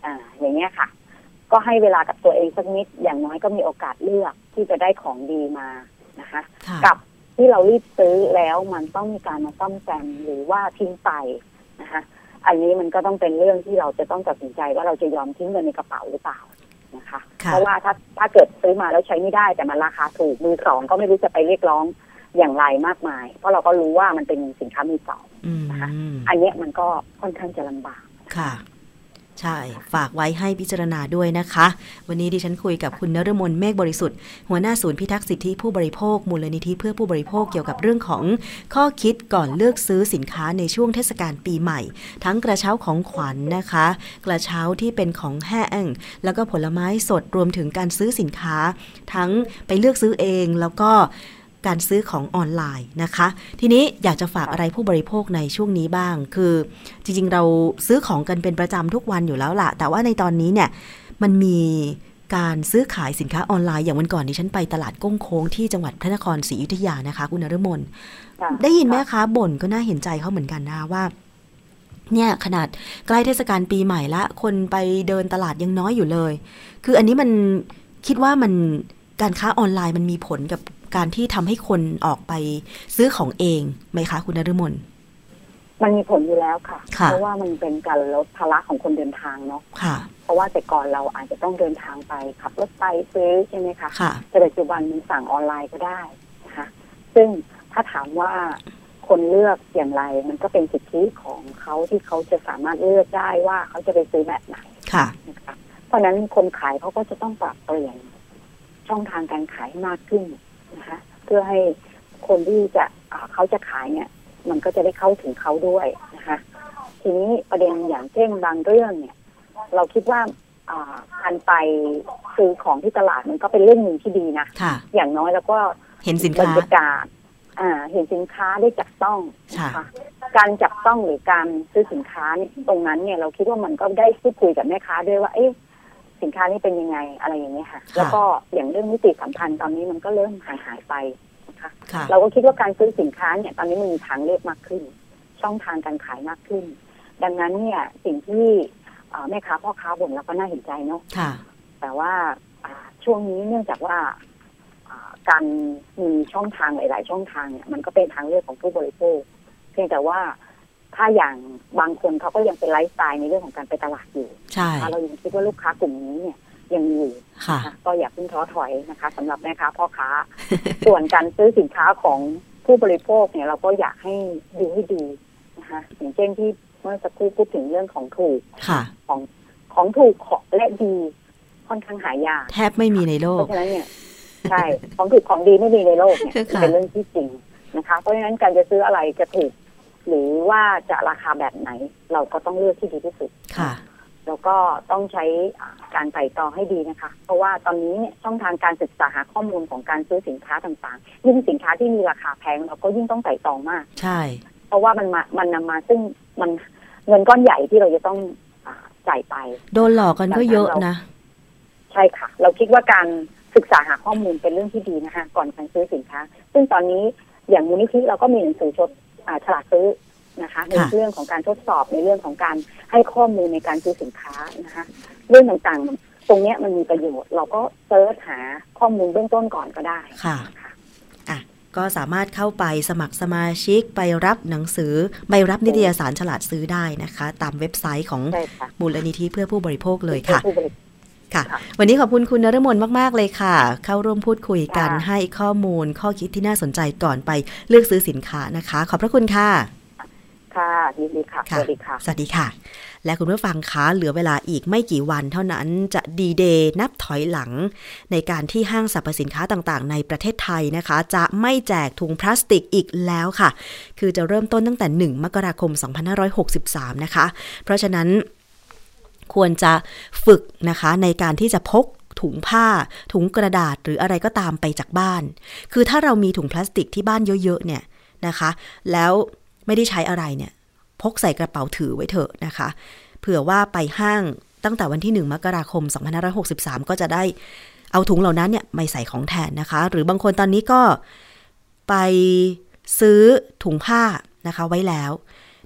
D: อ่าอย่างเงี้ยค่ะก็ให้เวลากับตัวเองสักนิดอย่างน้อยก็มีโอกาสเลือกที่จะได้ของดีมานะคะกับที่เรารีบซื้อแล้วมันต้องมีการมาซ่อมแซมหรือว่าทิ้งไปนะคะอันนี้มันก็ต้องเป็นเรื่องที่เราจะต้องตัดสินใจว่าเราจะยอมทิ้งเงินในกระเป๋าหรือเปล่านะคะเพราะว่าถ้าถ้าเกิดซื้อมาแล้วใช้ไม่ได้แต่มันราคาถูกมือสองก็ไม่รู้จะไปเรียกร้องอย่างไรมากมายเพราะเราก็รู้ว่ามันเป็นสินค้ามือสองนะคะอันนี้มันก็ค่อนข้างจะลำบาก
C: ค่ะใช่ฝากไว้ให้พิจารณาด้วยนะคะวันนี้ดิฉันคุยกับคุณนฤมลเมฆบริสุทธิ์หัวหน้าศูนย์พิทักษ์สิทธิผู้บริโภคมูลนิธิเพื่อผู้บริโภคเกี่ยวกับเรื่องของข้อคิดก่อนเลือกซื้อสินค้าในช่วงเทศกาลปีใหม่ทั้งกระเช้าของขวัญ นะคะกระเช้าที่เป็นของแห้งแล้วก็ผลไม้สดรวมถึงการซื้อสินค้าทั้งไปเลือกซื้อเองแล้วก็การซื้อของออนไลน์นะคะทีนี้อยากจะฝากอะไรผู้บริโภคในช่วงนี้บ้างคือจริงๆเราซื้อของกันเป็นประจำทุกวันอยู่แล้วล่ะแต่ว่าในตอนนี้เนี่ยมันมีการซื้อขายสินค้าออนไลน์อย่างวันก่อนดิฉันไปตลาดก้งโค้งที่จังหวัดพระนครศรีอยุธยานะคะคุณนฤมลได้ยินไหมคะบ่นก็น่าเห็นใจเขาเหมือนกันนะว่าเนี่ยขนาดใกล้เทศกาลปีใหม่ละคนไปเดินตลาดยังน้อยอยู่เลยคืออันนี้มันคิดว่ามันการค้าออนไลน์มันมีผลกับการที่ทำให้คนออกไปซื้อของเองไหมคะคุณนฤมล
D: มันมีผลอยู่แล้วค่ะเพราะว่ามันเป็นการลดภาระของคนเดินทางเนาะเพราะว่าแต่ก่อนเราอาจจะต้องเดินทางไปขับรถไปซื้อใช่ไหมคะแต่ปัจจุบันมันสั่งออนไลน์ก็ได้นะคะซึ่งถ้าถามว่าคนเลือกอย่างไรมันก็เป็นสิทธิของเขาที่เขาจะสามารถเลือกได้ว่าเขาจะไปซื้อแบบไหนนะคะเพราะนั้นคนขายเขาก็จะต้องปรับเปลี่ยนช่องทางการขายมากขึ้นนะคะเพื่อให้คนที่จะเขาจะขายเนี่ยมันก็จะได้เข้าถึงเขาด้วยนะคะทีนี้ประเด็นอย่างเช่นบางเรื่องเนี่ยเราคิดว่าการไปซื้อของที่ตลาดมันก็เป็นเรื่องหนึ่งที่ดีนะอย่างน้อยแล้วก็
C: เห็นสินค้า
D: บรรยากาศเห็นสินค้าได้จับต้องนะคะการจับต้องหรือการซื้อสินค้าตรงนั้นเนี่ยเราคิดว่ามันก็ได้พูดคุยกับแม่ค้าด้วยว่าเอ๊ะสินค้านี่เป็นยังไงอะไรอย่างเงี้ยค่ะแล้วก็อย่างเรื่องนิติสัมพันธ์ตอนนี้มันก็เริ่มหายหายไปนะคะเราก็คิดว่าการซื้อสินค้าเนี่ยตอนนี้มันมีทางเลือกมากขึ้นช่องทางการขายมากขึ้นดังนั้นเนี่ยสิ่งที่แม่ค้าพ่อค้าบ่นเราก็น่าเห็นใจเนาะแต่ว่าช่วงนี้เนื่องจากว่าการมีช่องทางหลายๆช่องทางเนี่ยมันก็เป็นทางเลือกของผู้บริโภคเพียงแต่ว่าถ้าอย่างบางคนเขาก็ยังเป็นไลฟ์สไตล์ในเรื่องของการไปตลาดอยู่
C: ใช่
D: เรายังคิดว่าลูกค้ากลุ่มนี้เนี่ยยังอยู่ก็อย่าเพิ่งท้อถอยนะคะสำหรับแม่ค้าพ่อค้า ส่วนการซื้อสินค้าของผู้บริโภคเนี่ยเราก็อยากให้ดูให้ดีนะคะอย่างเช่นที่เมื่อสักครู่พูดถึงเรื่องของถูกของของถูกของและดีค่อนข้างหายาก
C: แทบไม่มีในโลก
D: เพราะฉะนั้นเนี่ยใช่ของถูกของดีไม่มีในโลกเนี่ยเป็นเรื่องที่จริงนะคะเพราะฉะนั้นการจะซื้ออะไรจะถูกหรือว่าจะราคาแบบไหนเราก็ต้องเลือกที่ดีที่สุด
C: ค่ะ
D: แล้วก็ต้องใช้การไต่ตองให้ดีนะคะเพราะว่าตอนนี้เนี่ยช่องทางการศึกษาหาข้อมูลของการซื้อสินค้าต่างๆยิ่งสินค้าที่มีราคาแพงเราก็ยิ่งต้องไต่ตองมาก
C: ใช่
D: เพราะว่ามันมามันนำมาซึ่งมันเงินก้อนใหญ่ที่เราจะต้องจ่ายไป
C: โดนหลอกกันก็เยอะนะ
D: ใช่ค่ะเราคิดว่าการศึกษาหาข้อมูลเป็นเรื่องที่ดีนะคะก่อนการซื้อสินค้าซึ่งตอนนี้อย่างมูลนิธิเราก็มีหนังสือชดฉลาดซื้อนะคะในเรื่องของการทดสอบในเรื่องของการให้ข้อมูลในการซื้อสินค้านะคะเรื่องต่างๆตรงนี้มันมีประโยชน์เราก็เซิร์ชหาข้อมูลเบื้องต้นก่อนก็ได้
C: ค่ะอ่ะก็สามารถเข้าไปสมัครสมาชิกไปรับหนังสือใบรับนิตยสารฉลาดซื้อได้นะคะตามเว็บไซต์ของมูลนิธิเพื่อผู้บริโภคเลยค่ะค่ะวันนี้ขอบคุณคุณนฤมลมากๆเลยค่ะเข้าร่วมพูดคุยกันให้ข้อมูลข้อคิดที่น่าสนใจก่อนไปเลือกซื้อสินค้านะคะขอบพระคุณค่ะ
D: ค่ะยินดีค่ะสวัสดีค่ะ
C: สวัสดีค่ะและคุณผู้ฟังคะเหลือเวลาอีกไม่กี่วันเท่านั้นจะดีเดย์นับถอยหลังในการที่ห้างสรรพสินค้าต่างๆในประเทศไทยนะคะจะไม่แจกถุงพลาสติกอีกแล้วค่ะคือจะเริ่มต้นตั้งแต่หนึ่งมกราคมสองพันห้าร้อยหกสิบสามนะคะเพราะฉะนั้นควรจะฝึกนะคะในการที่จะพกถุงผ้าถุงกระดาษหรืออะไรก็ตามไปจากบ้านคือถ้าเรามีถุงพลาสติกที่บ้านเยอะๆเนี่ยนะคะแล้วไม่ได้ใช้อะไรเนี่ยพกใส่กระเป๋าถือไว้เถอะนะคะเผื่อว่าไปห้างตั้งแต่วันที่หนึ่งมกราคมสองพันห้าร้อยหกสิบสามก็จะได้เอาถุงเหล่านั้นเนี่ยไม่ใส่ของแทนนะคะหรือบางคนตอนนี้ก็ไปซื้อถุงผ้านะคะไว้แล้ว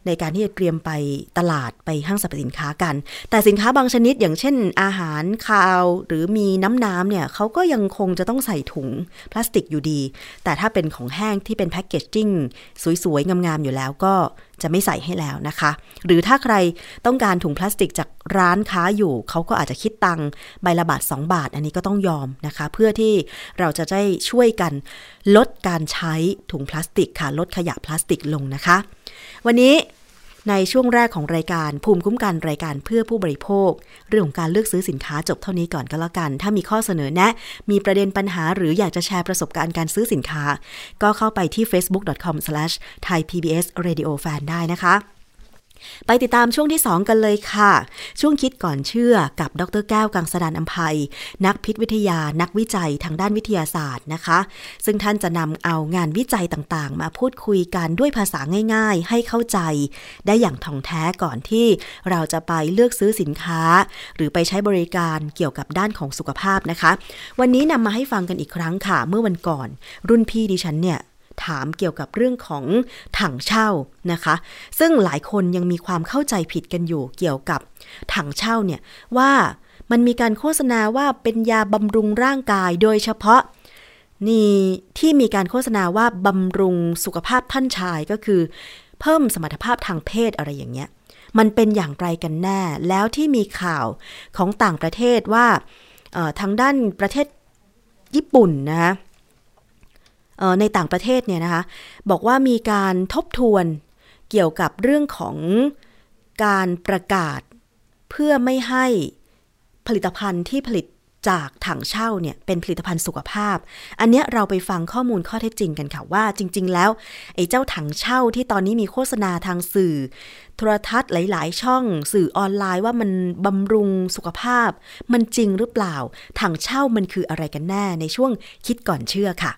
C: ในการที่จะเตรียมไปตลาดไปห้างสรรพสินค้ากันแต่สินค้าบางชนิดอย่างเช่นอาหารคาวหรือมีน้ำน้ำเนี่ยเขาก็ยังคงจะต้องใส่ถุงพลาสติกอยู่ดีแต่ถ้าเป็นของแห้งที่เป็นแพ็คเกจจิ้งสวยๆงามๆอยู่แล้วก็จะไม่ใส่ให้แล้วนะคะหรือถ้าใครต้องการถุงพลาสติกจากร้านค้าอยู่เขาก็อาจจะคิดตังค์ใบละบาทสองบาทอันนี้ก็ต้องยอมนะคะเพื่อที่เราจะได้ช่วยกันลดการใช้ถุงพลาสติกค่ะลดขยะพลาสติกลงนะคะวันนี้ในช่วงแรกของรายการภูมิคุ้มกันรายการเพื่อผู้บริโภคเรื่องของการเลือกซื้อสินค้าจบเท่านี้ก่อนก็แล้วกันถ้ามีข้อเสนอแนะมีประเด็นปัญหาหรืออยากจะแชร์ประสบการณ์การซื้อสินค้าก็เข้าไปที่ เฟซบุ๊ก ดอท คอม สแลช ไทย พี บี เอส เรดิโอ แฟน ได้นะคะไปติดตามช่วงที่สองกันเลยค่ะช่วงคิดก่อนเชื่อกับดร.แก้วกังสดาลอำไพนักพิษวิทยานักวิจัยทางด้านวิทยาศาสตร์นะคะซึ่งท่านจะนำเอางานวิจัยต่างๆมาพูดคุยกันด้วยภาษาง่ายๆให้เข้าใจได้อย่างถ่องแท้ก่อนที่เราจะไปเลือกซื้อสินค้าหรือไปใช้บริการเกี่ยวกับด้านของสุขภาพนะคะวันนี้นำมาให้ฟังกันอีกครั้งค่ะเมื่อวันก่อนรุ่นพี่ดิฉันเนี่ยถามเกี่ยวกับเรื่องของถังเช่านะคะซึ่งหลายคนยังมีความเข้าใจผิดกันอยู่เกี่ยวกับถังเช่าเนี่ยว่ามันมีการโฆษณาว่าเป็นยาบำรุงร่างกายโดยเฉพาะนี่ที่มีการโฆษณาว่าบำรุงสุขภาพท่านชายก็คือเพิ่มสมรรถภาพทางเพศอะไรอย่างเงี้ยมันเป็นอย่างไรกันแน่แล้วที่มีข่าวของต่างประเทศว่าทางด้านประเทศญี่ปุ่นนะคะในต่างประเทศเนี่ยนะคะบอกว่ามีการทบทวนเกี่ยวกับเรื่องของการประกาศเพื่อไม่ให้ผลิตภัณฑ์ที่ผลิตจากถังเช่าเนี่ยเป็นผลิตภัณฑ์สุขภาพอันเนี้ยเราไปฟังข้อมูลข้อเท็จจริงกันค่ะว่าจริงๆแล้วไอ้เจ้าถังเช่าที่ตอนนี้มีโฆษณาทางสื่อโทรทัศน์หลายๆช่องสื่อออนไลน์ว่ามันบำรุงสุขภาพมันจริงหรือเปล่าถังเช่ามันคืออะไรกันแน่ในช่วงคิดก่อนเชื่อค่ะ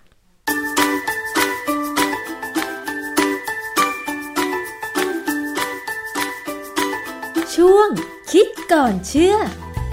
E: ช่วงคิดก่อนเชื่อ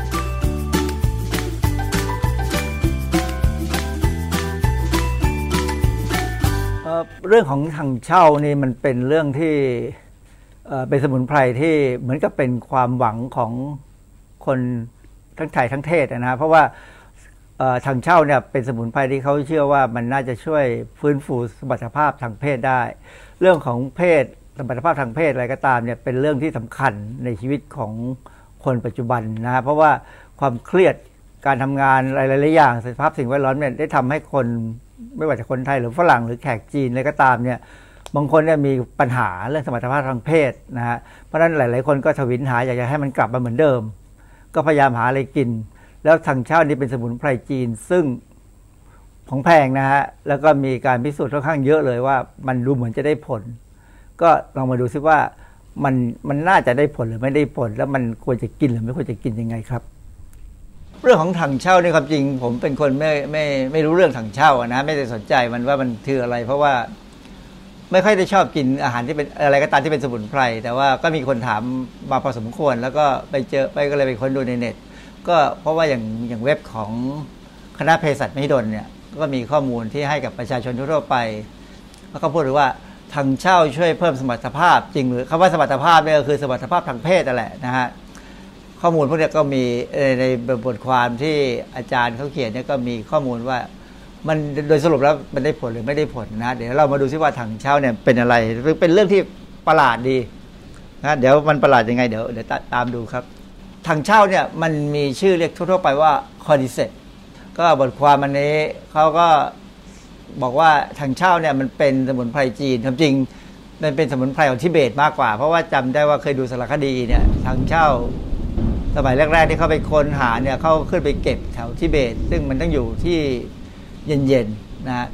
F: เรื่องของถังเช่านี่มันเป็นเรื่องที่เป็นสมุนไพรที่เหมือนกับเป็นความหวังของคนทั้งไทยทั้งเทศนะเพราะว่าถังเช่าเนี่ยเป็นสมุนไพรที่เขาเชื่อว่ามันน่าจะช่วยฟื้นฟูสมรรถภาพทางเพศได้เรื่องของเพศสมรรถภาพทางเพศอะไรก็ตามเนี่ยเป็นเรื่องที่สำคัญในชีวิตของคนปัจจุบันนะเพราะว่าความเครียดการทำงานหลายๆอย่างสภาพสิ่งแวดล้อมเนี่ยได้ทำให้คนไม่ว่าจะคนไทยหรือฝรั่งหรือแขกจีนอะไรก็ตามเนี่ยบางคนเนี่ยมีปัญหาเรื่องสมรรถภาพทางเพศนะฮะเพราะฉะนั้นหลายๆคนก็ทวินหาอยากจะให้มันกลับมาเหมือนเดิมก็พยายามหาอะไรกินแล้วถังเช่านี่เป็นสมุนไพรจีนซึ่งของแพงนะฮะแล้วก็มีการพิสูจน์ค่อนข้างเยอะเลยว่ามันดูเหมือนจะได้ผลก็ลองมาดูซิว่ามันมันน่าจะได้ผลหรือไม่ได้ผลแล้วมันควรจะกินหรือไม่ควรจะกินยังไงครับเรื่องของถังเช่านี่ความจริงผมเป็นคนไม่ไม่ไม่รู้เรื่องถังเช่านะไม่ได้สนใจมันว่ามันคืออะไรเพราะว่าไม่ค่อยได้ชอบกินอาหารที่เป็นอะไรก็ตามที่เป็นสมุนไพรแต่ว่าก็มีคนถามมาพอสมควรแล้วก็ไปเจอไปก็เลยไปค้นดูในเน็ตก็เพราะว่าอย่างอย่างเว็บของคณะเภสัชมหิดลเนี่ยก็มีข้อมูลที่ให้กับประชาชนทั่วไปแล้วก็พูดถึงว่าถังเช่าช่วยเพิ่มสมรรถภาพจริงหรือคำว่าสมรรถภาพเนี่ยก็คือสมรรถภาพทางเพศนั่นแหละนะฮะข้อมูลพวกนี้ก็มีในบทความที่อาจารย์เขาเขียนเนี่ยก็มีข้อมูลว่ามันโดยสรุปแล้วมันได้ผลหรือไม่ได้ผลนะเดี๋ยวเรามาดูซิว่าถังเช่าเนี่ยเป็นอะไรเป็นเรื่องที่ประหลาดดีนะเดี๋ยวมันประหลาดยังไงเดี๋ยวเดี๋ยวตามดูครับถังเช่าเนี่ยมันมีชื่อเรียกทั่วๆไปว่าคอร์ดิเซปก็บทความอันนี้เขาก็บอกว่าถังเช่าเนี่ยมันเป็นสมุนไพรจีนจริงมันเป็นสมุนไพรของทิเบตมากกว่าเพราะว่าจำได้ว่าเคยดูสารคดีเนี่ยถังเช่าสมัยแรกๆที่เขาไปค้นหาเนี่ยเขาขึ้นไปเก็บแถวทิเบตซึ่งมันต้องอยู่ที่เย็นๆนะฮะ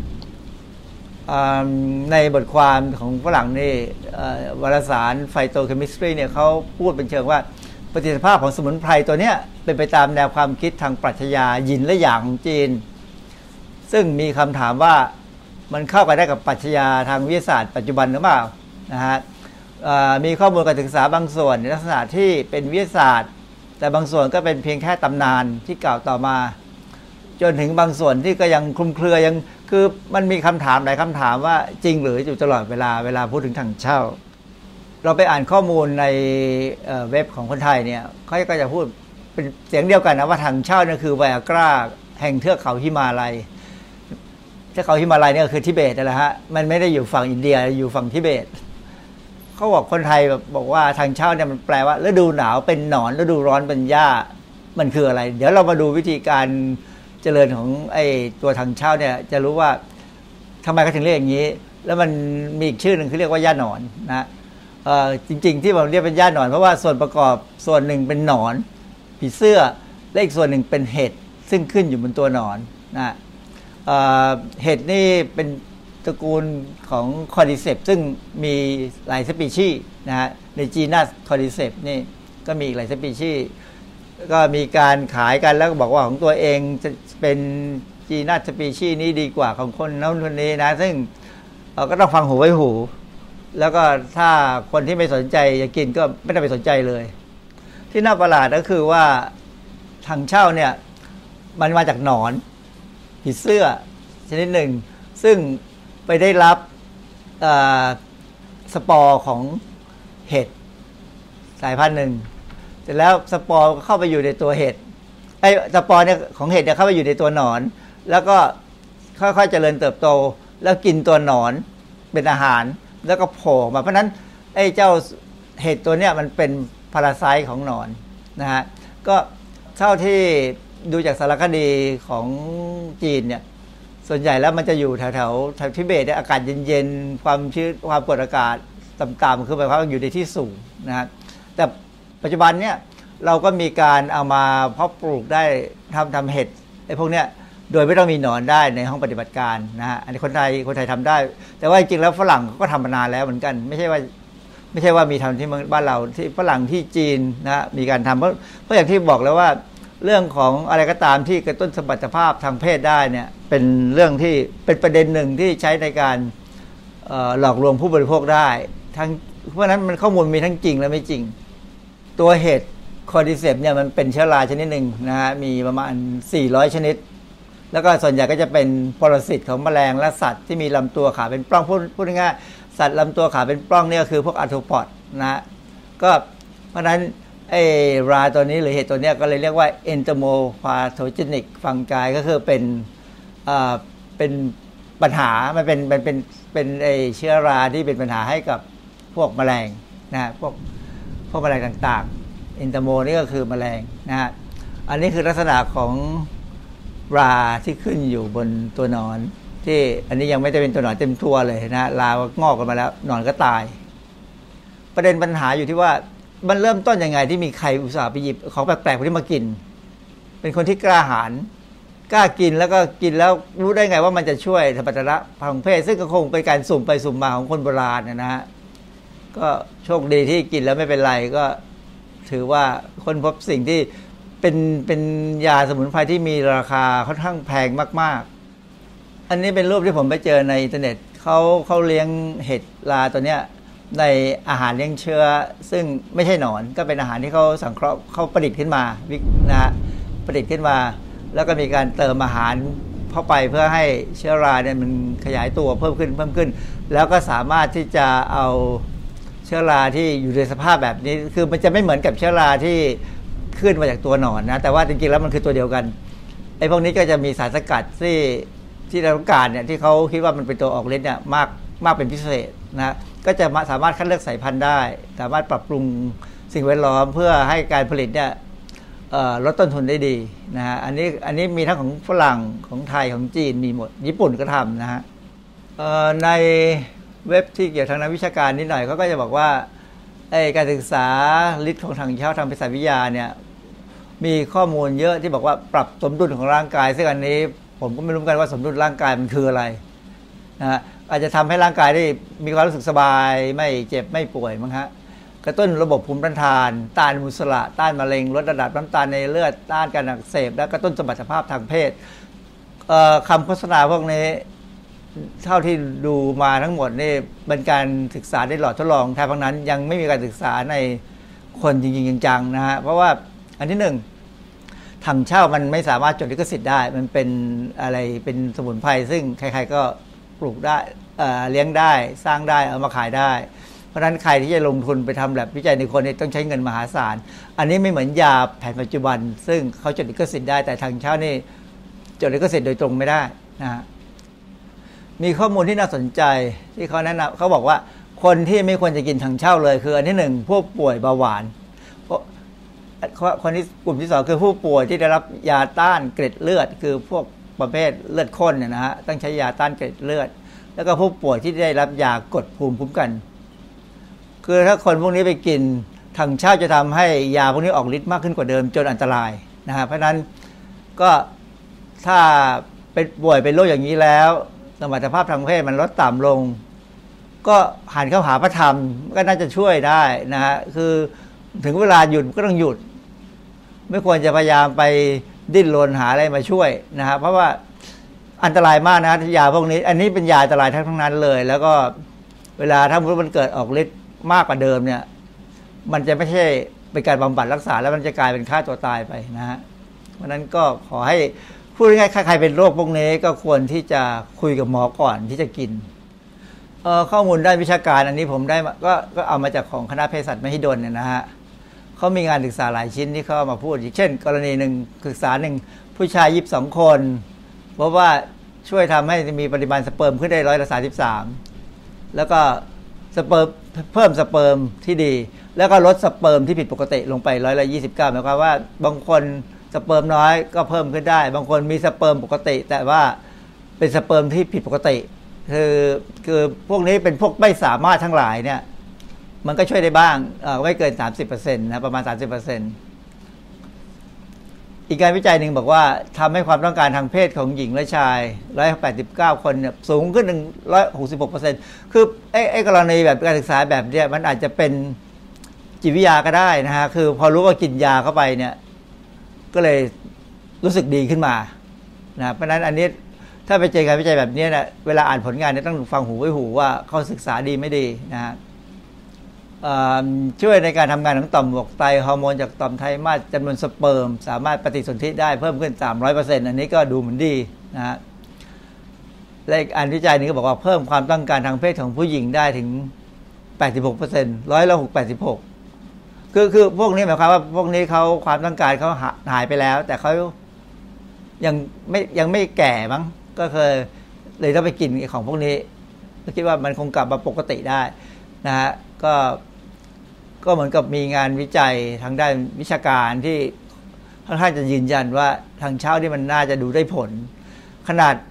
F: ในบทความของฝรั่งนี่วารสารไฟโตเคมิสตรีเนี่ยเขาพูดเป็นเชิงว่าประสิทธิภาพของสมุนไพรตัวเนี้ยเป็นไปตามแนวความคิดทางปรัชญาหยินและหยางของจีนซึ่งมีคำถามว่ามันเข้ากันได้กับปรัชญาทางวิทยาศาสตร์ปัจจุบันหรือเปล่านะฮะมีข้อมูลการศึกษาบางส่วนในลักษณะที่เป็นวิทยาศาสตร์แต่บางส่วนก็เป็นเพียงแค่ตำนานที่กล่าวต่อมาจนถึงบางส่วนที่ก็ยังคลุมเครือยังคือมันมีคำถามหลายคำถามว่าจริงหรืออยู่ตลอดเวลาเวลาพูดถึงถังเช่าเราไปอ่านข้อมูลในเว็บของคนไทยเนี่ยเขาก็จะพูดเป็นเสียงเดียวกันนะว่าถังเช่าเนี่ยคือไวอากราแห่งเทือกเขาหิมาลัยเทือกเขาหิมาลัยเนี่ยคือทิเบตนั่นแหละฮะมันไม่ได้อยู่ฝั่งอินเดียอยู่ฝั่งทิเบตเขาบอกคนไทยบอกว่าถังเช่าเนี่ยมันแปลว่าฤดูหนาวเป็นหนอนฤดูร้อนเป็นหญ้ามันคืออะไรเดี๋ยวเรามาดูวิธีการเจริญของไอ้ตัวถังเช่าเนี่ยจะรู้ว่าทำไมเขาถึงเรียกอย่างนี้แล้วมันมีอีกชื่อหนึ่งคือเรียกว่าหญ้าหนอนนะจริงๆที่ผมเรียกเป็นหญ้าหนอนเพราะว่าส่วนประกอบส่วนหนึ่งเป็นหนอนผีเสื้อและอีกส่วนหนึ่งเป็นเห็ดซึ่งขึ้นอยู่บนตัวหนอนนะเห็ดนี่เป็นตระกูลของคอร์ดิเซปซึ่งมีหลายสปีชีส์นะฮะในจีนัสคอร์ดิเซปนี่ก็มีหลายสปีชีส์ก็มีการขายกันแล้วก็บอกว่าของตัวเองจะเป็นจีนัสสปีชีส์นี้ดีกว่าของคนนั้นคนนี้นะซึ่งเราก็ต้องฟังหูไว้หูแล้วก็ถ้าคนที่ไม่สนใจจะกินก็ไม่ต้องไปสนใจเลยที่น่าประหลาดก็คือว่าถังเช่าเนี่ยมันมาจากหนอนผีเสื้อชนิดหนึ่งซึ่งไปได้รับสปอร์ของเห็ดสายพันธุ์หนึ่งเสร็จแล้วสปอร์เข้าไปอยู่ในตัวเห็ดไอ้สปอร์เนี่ยของเห็ดเนี่ยเข้าไปอยู่ในตัวหนอนแล้วก็ค่อยๆเจริญเติบโตแล้วกินตัวหนอนเป็นอาหารแล้วก็โผล่มาเพราะนั้นไอ้เจ้าเห็ดตัวเนี้ยมันเป็นพาราไซต์ของหนอนนะฮะก็เท่าที่ดูจากสารคดีของจีนเนี่ยส่วนใหญ่แล้วมันจะอยู่แถวแถวแถวทิเบตเนี่ยอากาศเย็นๆความชื้นความกดอากาศต่ำๆคือหมายความว่าอยู่ในที่สูงนะฮะแต่ปัจจุบันเนี่ยเราก็มีการเอามาเพาะปลูกได้ทำทำเห็ดไอ้พวกเนี้ยโดยไม่ต้องมีหนอนได้ในห้องปฏิบัติการนะฮะอันนี้คนไทยคนไทยทำได้แต่ว่าจริงๆแล้วฝรั่งก็ทำมานานแล้วเหมือนกันไม่ใช่ว่าไม่ใช่ว่ามีทำที่บ้านเราที่ฝรั่งที่จีนนะมีการทำเพราะเพราะอย่างที่บอกแล้วว่าเรื่องของอะไรก็ตามที่กระตุ้นสมรรถภาพทางเพศได้เนี่ยเป็นเรื่องที่เป็นประเด็นหนึ่งที่ใช้ในการหลอกลวงผู้บริโภคได้ทั้งเพราะนั้นมันข้อมูลมีทั้งจริงและไม่จริงตัวเห็ดคอร์ดิเซปเนี่ยมันเป็นเชื้อราชนิดหนึ่งนะฮะมีประมาณสี่ร้อยชนิดแล้วก็ส่วนใหญ่ก็จะเป็นปรสิตของแมลงและสัตว์ที่มีลำตัวขาเป็นปล้องพูดพูดง่ายๆสัตว์ลำตัวขาเป็นปล้องเนี่ยก็คือพวกอาร์โทพอดนะฮะก็เพราะฉะนั้นไอ้ราตัวนี้หรือเห็ดตัวนี้ก็เลยเรียกว่า entomopathogenic fungi ก็คือเป็นอ่าเป็นปัญหามันเป็นมันเป็นเป็นไอ้เชื้อราที่เป็นปัญหาให้กับพวกแมลงนะฮะพวกพวกแมลงต่างๆ entomo นี่ก็คือแมลงนะฮะอันนี้คือลักษณะของราที่ขึ้นอยู่บนตัวหนอนที่อันนี้ยังไม่ได้เป็นตัวหนอนเต็มตัวเลยนะรางอกกันมาแล้วหนอนก็ตายประเด็นปัญหาอยู่ที่ว่ามันเริ่มต้นยังไงที่มีใครอุตส่าห์ไปหยิบของแปลกๆพวกนี้มากินเป็นคนที่กล้าหาญกล้ากินแล้วก็กินแล้วรู้ได้ไงว่ามันจะช่วยสมรรถนะทางเพศซึ่งก็คงเป็นการสุ่มไปสุ่มมาของคนโบราณนะฮะก็โชคดีที่กินแล้วไม่เป็นไรก็ถือว่าคนพบสิ่งที่เป็นเป็นยาสมุนไพรที่มีราคาค่อนข้างแพงมากๆอันนี้เป็นรูปที่ผมไปเจอในอินเทอร์เน็ตเขาเขาเลี้ยงเห็ดราตัวเนี้ยในอาหารเลี้ยงเชื้อซึ่งไม่ใช่หนอนก็เป็นอาหารที่เขาสังเคราะห์เขาประดิษฐ์ขึ้นมานะฮะประดิษฐ์ขึ้นมาแล้วก็มีการเติมอาหารเข้าไปเพื่อให้เชื้อราเนี่ยมันขยายตัวเพิ่มขึ้นเพิ่มขึ้นแล้วก็สามารถที่จะเอาเชื้อราที่อยู่ในสภาพแบบนี้คือมันจะไม่เหมือนกับเชื้อราที่ขึ้นมาจากตัวหนอนนะแต่ว่าจริงๆแล้วมันคือตัวเดียวกันไอ้พวกนี้ก็จะมีสารสกัดที่ที่เราต้องการเนี่ยที่เขาคิดว่ามันเป็นตัวออกฤทธิ์เนี่ยมากมากเป็นพิเศษนะก็จะสามารถคัดเลือกสายพันธุ์ได้สามารถปรับปรุงสิ่งแวดล้อมเพื่อให้การผลิตเนี่ยลดต้นทุนได้ดีนะฮะอันนี้อันนี้มีทั้งของฝรั่งของไทยของจีนมีหมดญี่ปุ่นก็ทำนะฮะในเว็บที่เกี่ยวทางนักวิชาการนิดหน่อยเขาก็จะบอกว่าการศึกษาฤทธิ์ของถังเช่าทางภาษาวิทยาเนี่ยมีข้อมูลเยอะที่บอกว่าปรับสมดุลของร่างกายซึ่งอันนี้ผมก็ไม่รู้กันว่าสมดุลร่างกายมันคืออะไรนะฮะอาจจะทำให้ร่างกายได้มีความรู้สึกสบายไม่เจ็บไม่ป่วยมั้งฮะกระตุ้นระบบภูมิต้านทานต้านอนุมูลอิสระต้านมะเร็งลดระดับน้ำตาลในเลือดต้านการอักเสบและกระตุ้นสมรรถภาพทางเพศคำโฆษณาพวกนี้เท่าที่ดูมาทั้งหมดนี่เป็นการศึกษาในหลอดทดลองแทบทั้งนั้นยังไม่มีการศึกษาในคนจริงๆจังๆนะฮะเพราะว่าอันที่หนึ่งถังเช่ามันไม่สามารถจดลิขสิทธิ์ได้มันเป็นอะไรเป็นสมุนไพรซึ่งใครๆก็ปลูกได้เลี้ยงได้สร้างได้เอามาขายได้เพราะฉะนั้นใครที่จะลงทุนไปทำแลบวิจัยในคนเนี่ยต้องใช้เงินมหาศาลอันนี้ไม่เหมือนยาแผนปัจจุบันซึ่งเขาจดลิขสิทธิ์ได้แต่ทางเช่านี่จดลิขสิทธิ์โดยตรงไม่ได้นะฮะมีข้อมูลที่น่าสนใจที่เขาแนะนำเขาบอกว่าคนที่ไม่ควรจะกินทางเช่าเลยคืออันที่หนึ่งผู้ป่วยเบาหวานคนที่กลุ่มที่สองคือผู้ป่วยที่ได้รับยาต้านเกล็ดเลือดคือพวกประเภทเลือดข้นเนี่ยนะฮะต้องใช้ยาต้านเกล็ดเลือดแล้วก็ผู้ป่วยที่ได้รับยากดภูมิคุ้มกันคือถ้าคนพวกนี้ไปกินทางเช่าจะทำให้ยาพวกนี้ออกฤทธิ์มากขึ้นกว่าเดิมจนอันตรายนะฮะเพราะฉะนั้นก็ถ้าเป็นป่วยเป็นโรคอย่างนี้แล้วสมรรถภาพทางเพศมันลดต่ำลงก็หันเข้าหาพระธรรมก็น่าจะช่วยได้นะฮะคือถึงเวลาหยุดก็ต้องหยุดไม่ควรจะพยายามไปดิ้นรนหาอะไรมาช่วยนะฮะเพราะว่าอันตรายมากนะยาพวกนี้อันนี้เป็นยาอันตรายทั้งนั้นเลยแล้วก็เวลาถ้ามันเกิดออกฤทธิ์มากกว่าเดิมเนี่ยมันจะไม่ใช่เป็นการบำบัดรักษาแล้วมันจะกลายเป็นฆ่าตัวตายไปนะฮะเพราะนั้นก็ขอให้พูดง่ายๆใครเป็นโรคพวกนี้ก็ควรที่จะคุยกับหมอก่อนที่จะกินเอ่อข้อมูลด้านวิชาการอันนี้ผมได้ก็ก็เอามาจากของคณะเภสัชมหิดลเนี่ยนะฮะเขามีงานศึกษาหลายชิ้นที่เขามาพูดอย่างเช่นกรณีหนึ่งศึกษาหนึ่งผู้ชายยี่สิบสองคนเพราะว่าช่วยทำให้มีปริมาณสเปิร์มขึ้นได้ร้อยละสามสิบสามแล้วก็สเปิร์มเพิ่มสเปิร์มที่ดีแล้วก็ลดสเปิร์มที่ผิดปกติลงไปร้อยละยี่สิบเก้าหมายความว่าบางคนสเปิร์มน้อยก็เพิ่มขึ้นได้บางคนมีสเปิร์มปกติแต่ว่าเป็นสเปิร์มที่ผิดปกติคือคือพวกนี้เป็นพวกไม่สามารถทั้งหลายเนี่ยมันก็ช่วยได้บ้างไม่เกิน สามสิบเปอร์เซ็นต์ นะประมาณ สามสิบเปอร์เซ็นต์ อีกการวิจัยหนึ่งบอกว่าทำให้ความต้องการทางเพศของหญิงและชายหนึ่งร้อยแปดสิบเก้าคนเนี่ยสูงขึ้นหนึ่งร้อยหกสิบหกเปอร์เซ็นต์ คือไอ้ไอ้กรณีแบบการศึกษาแบบเนี้ยมันอาจจะเป็นจิตวิทยาก็ได้นะฮะคือพอรู้ว่ากินยาเข้าไปเนี่ยก็เลยรู้สึกดีขึ้นมานะเพราะฉะนั้นอันนี้ถ้าไปเจอการวิจัยแบบนี้นะเวลาอ่านผลงานเนี่ยต้องฟังหูไว้หูว่าเขาศึกษาดีไม่ดีนะฮะช่วยในการทำงานของต่อมหมวกไตฮอร์โมนจากต่อมไทมัสจำนวนสเปิร์มสามารถปฏิสนธิได้เพิ่มขึ้น สามร้อยเปอร์เซ็นต์ อันนี้ก็ดูเหมือนดีนะฮะและอีกอันวิจัยนึงก็บอกว่าเพิ่มความต้องการทางเพศของผู้หญิงได้ถึง แปดสิบหกเปอร์เซ็นต์ ร้อยละหก แปดสิบหกคือคือพวกนี้หมายความว่าพวกนี้เขาความต้องการเขาหายไปแล้วแต่เขายังไม่ยังไม่แก่มั้งก็เคยเลยต้องไปกินของพวกนี้ก็คิดว่ามันคงกลับมาปกติได้นะฮะก็ก็เหมือนกับมีงานวิจัยทางด้านวิชาการที่ค่อนข้างจะยืนยันว่าทางเช่าที่มันน่าจะดูได้ผลขนาด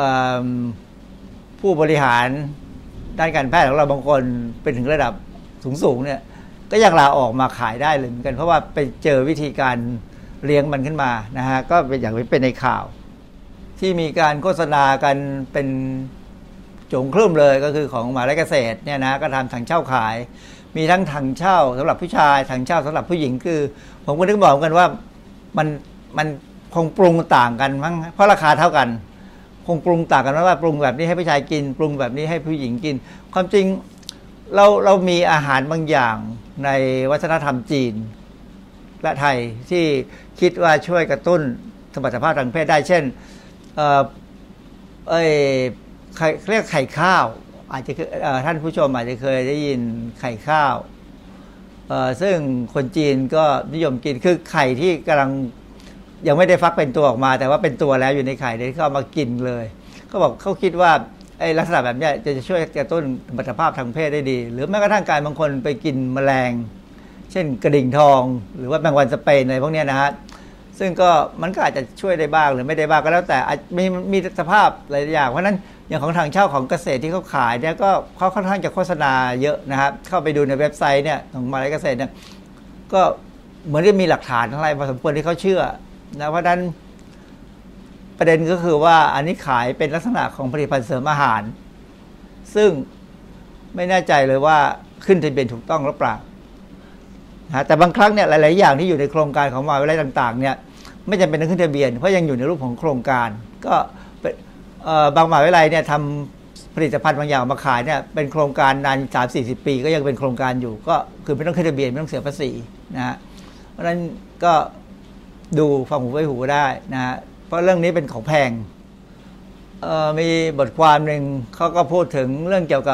F: ผู้บริหารด้านการแพทย์ของเราบางคนเป็นถึงระดับสูงๆเนี่ยก็ยังลาออกมาขายได้เลยเหมือนกันเพราะว่าไปเจอวิธีการเลี้ยงมันขึ้นมานะฮะก็เป็นอย่างที่เป็นในข่าวที่มีการโฆษณากันเป็นโจงครึ่มเลยก็คือของมหาวิทยาลัยเกษตรเนี่ยนะก็ทำถังเช่าขายมีทั้งถังเช่าสำหรับผู้ชายถังเช่าสำหรับผู้หญิงคือผมก็นึกบอกกันว่ามันมันคงปรุงต่างกันมั้งเพราะราคาเท่ากันคงปรุงต่างกันว่าปรุงแบบนี้ให้ผู้ชายกินปรุงแบบนี้ให้ผู้หญิงกินความจริงเราเรามีอาหารบางอย่างในวัฒนธรรมจีนและไทยที่คิดว่าช่วยกระตุ้นสมรรถภาพทางเพศได้เช่นเอ่อเอ้ยไข่เรียกไข่ข้าวอาจจะท่านผู้ชมอาจจะเคยได้ยินไข่ข้าวซึ่งคนจีนก็นิยมกินคือไข่ที่กำลังยังไม่ได้ฟักเป็นตัวออกมาแต่ว่าเป็นตัวแล้วอยู่ในไข่เลยเขาเอามากินเลยเขาบอกเขาคิดว่าไอ้ลักษณะแบบนี้จะช่วยกระตุ้นสมรรถภาพทางเพศได้ดีหรือแม้กระทั่งการบางคนไปกินแมลงเช่นกระดิ่งทองหรือว่าแมงวันสเปนอะไรพวกนี้นะฮะซึ่งก็มันก็อาจจะช่วยได้บ้างหรือไม่ได้บ้างก็แล้วแต่มีมีสภาพหลายอย่างเพราะนั้นอย่างของทางเช่าของเกษตรที่เขาขายเนี่ยก็เขาค่อนข้างจะโฆษณาเยอะนะครับเข้าไปดูในเว็บไซต์เนี่ยของมหาวิทยาลัยเกษตรเนี่ยก็เหมือนจะมีหลักฐานอะไรพอสมควรที่เขาเชื่อนะเพราะนั้นประเด็นก็คือว่าอันนี้ขายเป็นลักษณะของผลิตภัณฑ์เสริมอาหารซึ่งไม่แน่ใจเลยว่าขึ้นทะเบียนถูกต้องหรือเปล่านะแต่บางครั้งเนี่ยหลายๆอย่างที่อยู่ในโครงการของมหาวิทยาลัยต่างๆเนี่ยไม่จำเป็นต้องขึ้นทะเบียนเพราะยังอยู่ในรูปของโครงการก็บางมหาวิทยาลัยเนี่ยทำผลิตภัณฑ์บางอย่างมาขายเนี่ยเป็นโครงการนาน สามสี่สิบ ปีก็ยังเป็นโครงการอยู่ก็คือไม่ต้องขึ้นทะเบียนไม่ต้องเสียภาษีนะฮะเพราะฉะนั้นก็ดูฟังหูไว้หูได้นะฮะเพราะเรื่องนี้เป็นของแพงมีบทความหนึ่งเขาก็พูดถึงเรื่องเกี่ยวกับ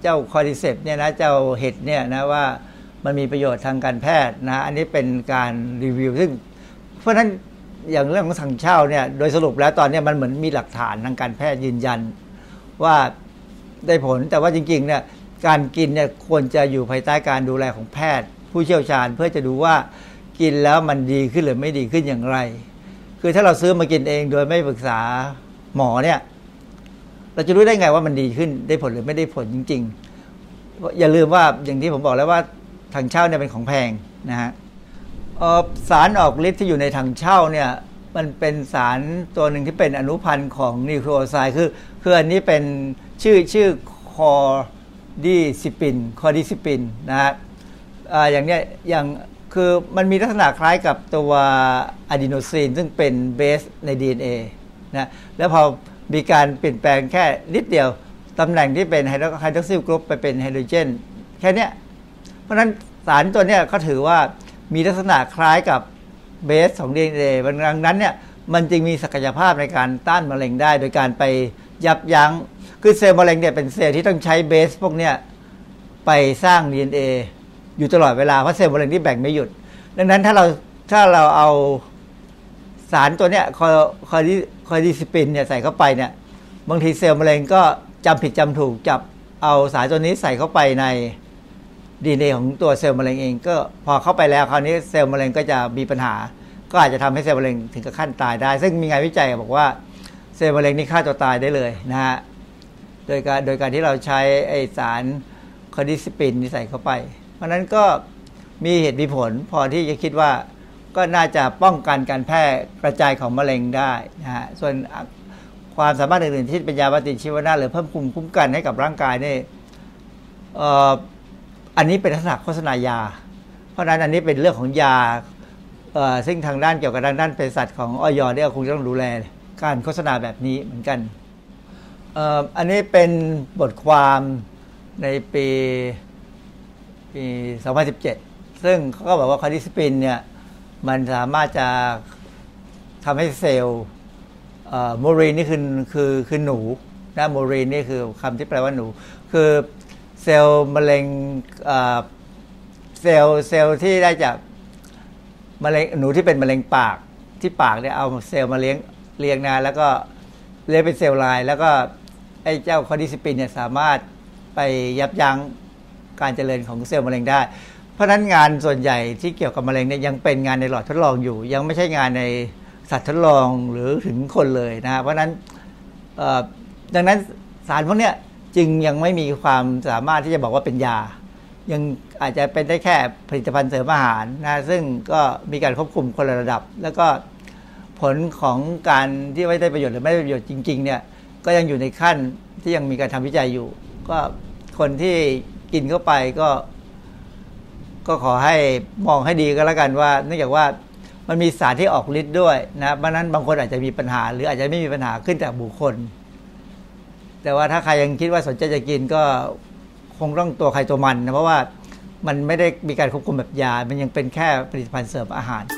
F: เจ้าคอร์ดิเซปเนี่ยนะเจ้าเห็ดเนี่ยนะว่ามันมีประโยชน์ทางการแพทย์นะอันนี้เป็นการรีวิวซึ่งเพราะฉะนั้นอย่างเรื่องของถังเช่าเนี่ยโดยสรุปแล้วตอนนี้มันเหมือนมีหลักฐานทางการแพทย์ยืนยันว่าได้ผลแต่ว่าจริงๆเนี่ยการกินเนี่ยควรจะอยู่ภายใต้การดูแลของแพทย์ผู้เชี่ยวชาญเพื่อจะดูว่ากินแล้วมันดีขึ้นหรือไม่ดีขึ้นอย่างไรคือถ้าเราซื้อมากินเองโดยไม่ปรึกษาหมอเนี่ยเราจะรู้ได้ไงว่ามันดีขึ้นได้ผลหรือไม่ได้ผลจริงๆอย่าลืมว่าอย่างที่ผมบอกแล้วว่าถังเช่าเนี่ยเป็นของแพงนะฮะสารออกฤทธิ์ที่อยู่ในถังเช่าเนี่ยมันเป็นสารตัวหนึ่งที่เป็นอนุพันธ์ของนิวคลีโอไซด์คือคืออันนี้เป็นชื่อชื่อคอดิซิปินคอดิซิปินนะฮะอย่างเนี้ยอย่างคือมันมีลักษณะคล้ายกับตัวอะดีโนซีนซึ่งเป็นเบสใน ดี เอ็น เอ นะแล้วพอมีการเปลี่ยนแปลงแค่นิดเดียวตำแหน่งที่เป็นไฮดรอกซิลกรุ๊ปไปเป็นไฮโดรเจนแค่นี้เพราะฉะนั้นสารตัวนี้เขาถือว่ามีลักษณะคล้ายกับเบสของ ดี เอ็น เอ ดังนั้นเนี่ยมันจึงมีศักยภาพในการต้านมะเร็งได้โดยการไปยับยั้งคือเซลล์มะเร็งเนี่ยเป็นเซลล์ที่ต้องใช้เบสพวกเนี้ยไปสร้าง ดี เอ็น เอ อยู่ตลอดเวลาเพราะเซลล์มะเร็งที่แบ่งไม่หยุดดังนั้นถ้าเราถ้าเราเอาสารตัวเนี้ยคอคอดิคอดิซิปินเนี่ยใส่เข้าไปเนี่ยบางทีเซลล์มะเร็งก็จำผิดจำถูกจับเอาสารตัวนี้ใส่เข้าไปใน ดี เอ็น เอ ของตัวเซลล์มะเร็งเองก็พอเข้าไปแล้วคราวนี้เซลล์มะเร็งก็จะมีปัญหาก็อาจจะทำให้เซลล์มะเร็งถึงกับขั้นตายได้ซึ่งมีงานวิจัยบอกว่าเซลล์มะเร็งนี่ฆ่าตัวตายได้เลยนะฮะโดยการโดยการที่เราใช้ไอสารคอดิซิปินนี่ใส่เข้าไปเพราะนั้นก็มีเหตุมีผลพอที่จะคิดว่าก็น่าจะป้องกันการแพร่กระจายของมะเร็งได้นะฮะส่วนความสามารถอื่นๆที่เป็นยาปฏิชีวนะหรือเพิ่มภูมิคุ้มกันให้กับร่างกายนี่เอ่ออันนี้เป็นลักษณะโฆษณายาเพราะฉะนั้นอันนี้เป็นเรื่องของยาเอ่อซึ่งทางด้านเกี่ยวกับทางด้านเภสัชของอย.เนี่ยคงจะต้องดูแลการโฆษณาแบบนี้เหมือนกันเอ่ออันนี้เป็นบทความในปีปีสองพันสิบเจ็ดซึ่งเขาก็บอกว่าคอดิซิปินเนี่ยมันสามารถจะทำให้เซลล์โมรีนนี่คือคือคือหนูนะโมรีนนี่คือคำที่แปลว่าหนูคือเซลล์มะเร็งเซลล์เซลล์ที่ได้จากมะเร็งหนูที่เป็นมะเร็งปากที่ปากเนี่ยเอาเซลล์มาเลี้ยงเลี้ยงนะแล้วก็เลี้ยงเป็นเซลล์ลายแล้วก็ไอ้เจ้าคอดิซิปินเนี่ยสามารถไปยับยั้งการเจริญของเซลล์มะเร็งได้เพราะฉะนั้นงานส่วนใหญ่ที่เกี่ยวกับมะเร็งเนี่ยยังเป็นงานในหลอดทดลองอยู่ยังไม่ใช่งานในสัตว์ทดลองหรือถึงคนเลยนะเพราะฉะนั้นดังนั้นสารพวกนี้จึงยังไม่มีความสามารถที่จะบอกว่าเป็นยายังอาจจะเป็นได้แค่ผลิตภัณฑ์เสริมอาหารนะซึ่งก็มีการควบคุมคนละระดับแล้วก็ผลของการที่ไม่ได้ประโยชน์หรือไม่ได้ประโยชน์จริงๆเนี่ยก็ยังอยู่ในขั้นที่ยังมีการทำวิจัยอยู่ก็คนที่กินเข้าไปก็ก็ขอให้มองให้ดีก็แล้วกันว่าเนื่องจากว่ามันมีสารที่ออกฤทธิ์ด้วยนะเพราะนั้นบางคนอาจจะมีปัญหาหรืออาจจะไม่มีปัญหาขึ้นจากบุคคลแต่ว่าถ้าใครยังคิดว่าสนใจจะกินก็คงต้องตัวใครตัวมันนะเพราะว่ามันไม่ได้มีการควบคุมแบบยามันยังเป็นแค่ผลิตภัณฑ์เสริมอาหาร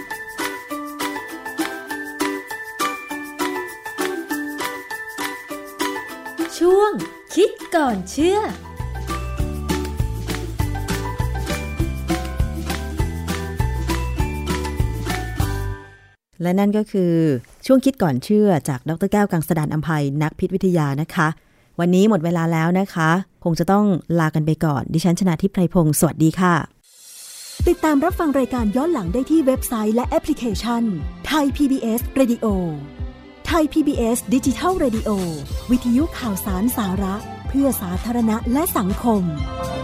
E: ช่วงคิดก่อนเชื่อ
C: และนั่นก็คือช่วงคิดก่อนเชื่อจากดร.แก้วกังสดาลอำไพนักพิษวิทยานะคะวันนี้หมดเวลาแล้วนะคะคงจะต้องลากันไปก่อนดิฉันชนาทิพย์ไพรพงศ์สวัสดีค่ะ
G: ติดตามรับฟังรายการย้อนหลังได้ที่เว็บไซต์และแอปพลิเคชัน Thai พี บี เอส Radio Thai พี บี เอส Digital Radio วิทยุข่าวสารสาระเพื่อสาธารณะและสังคม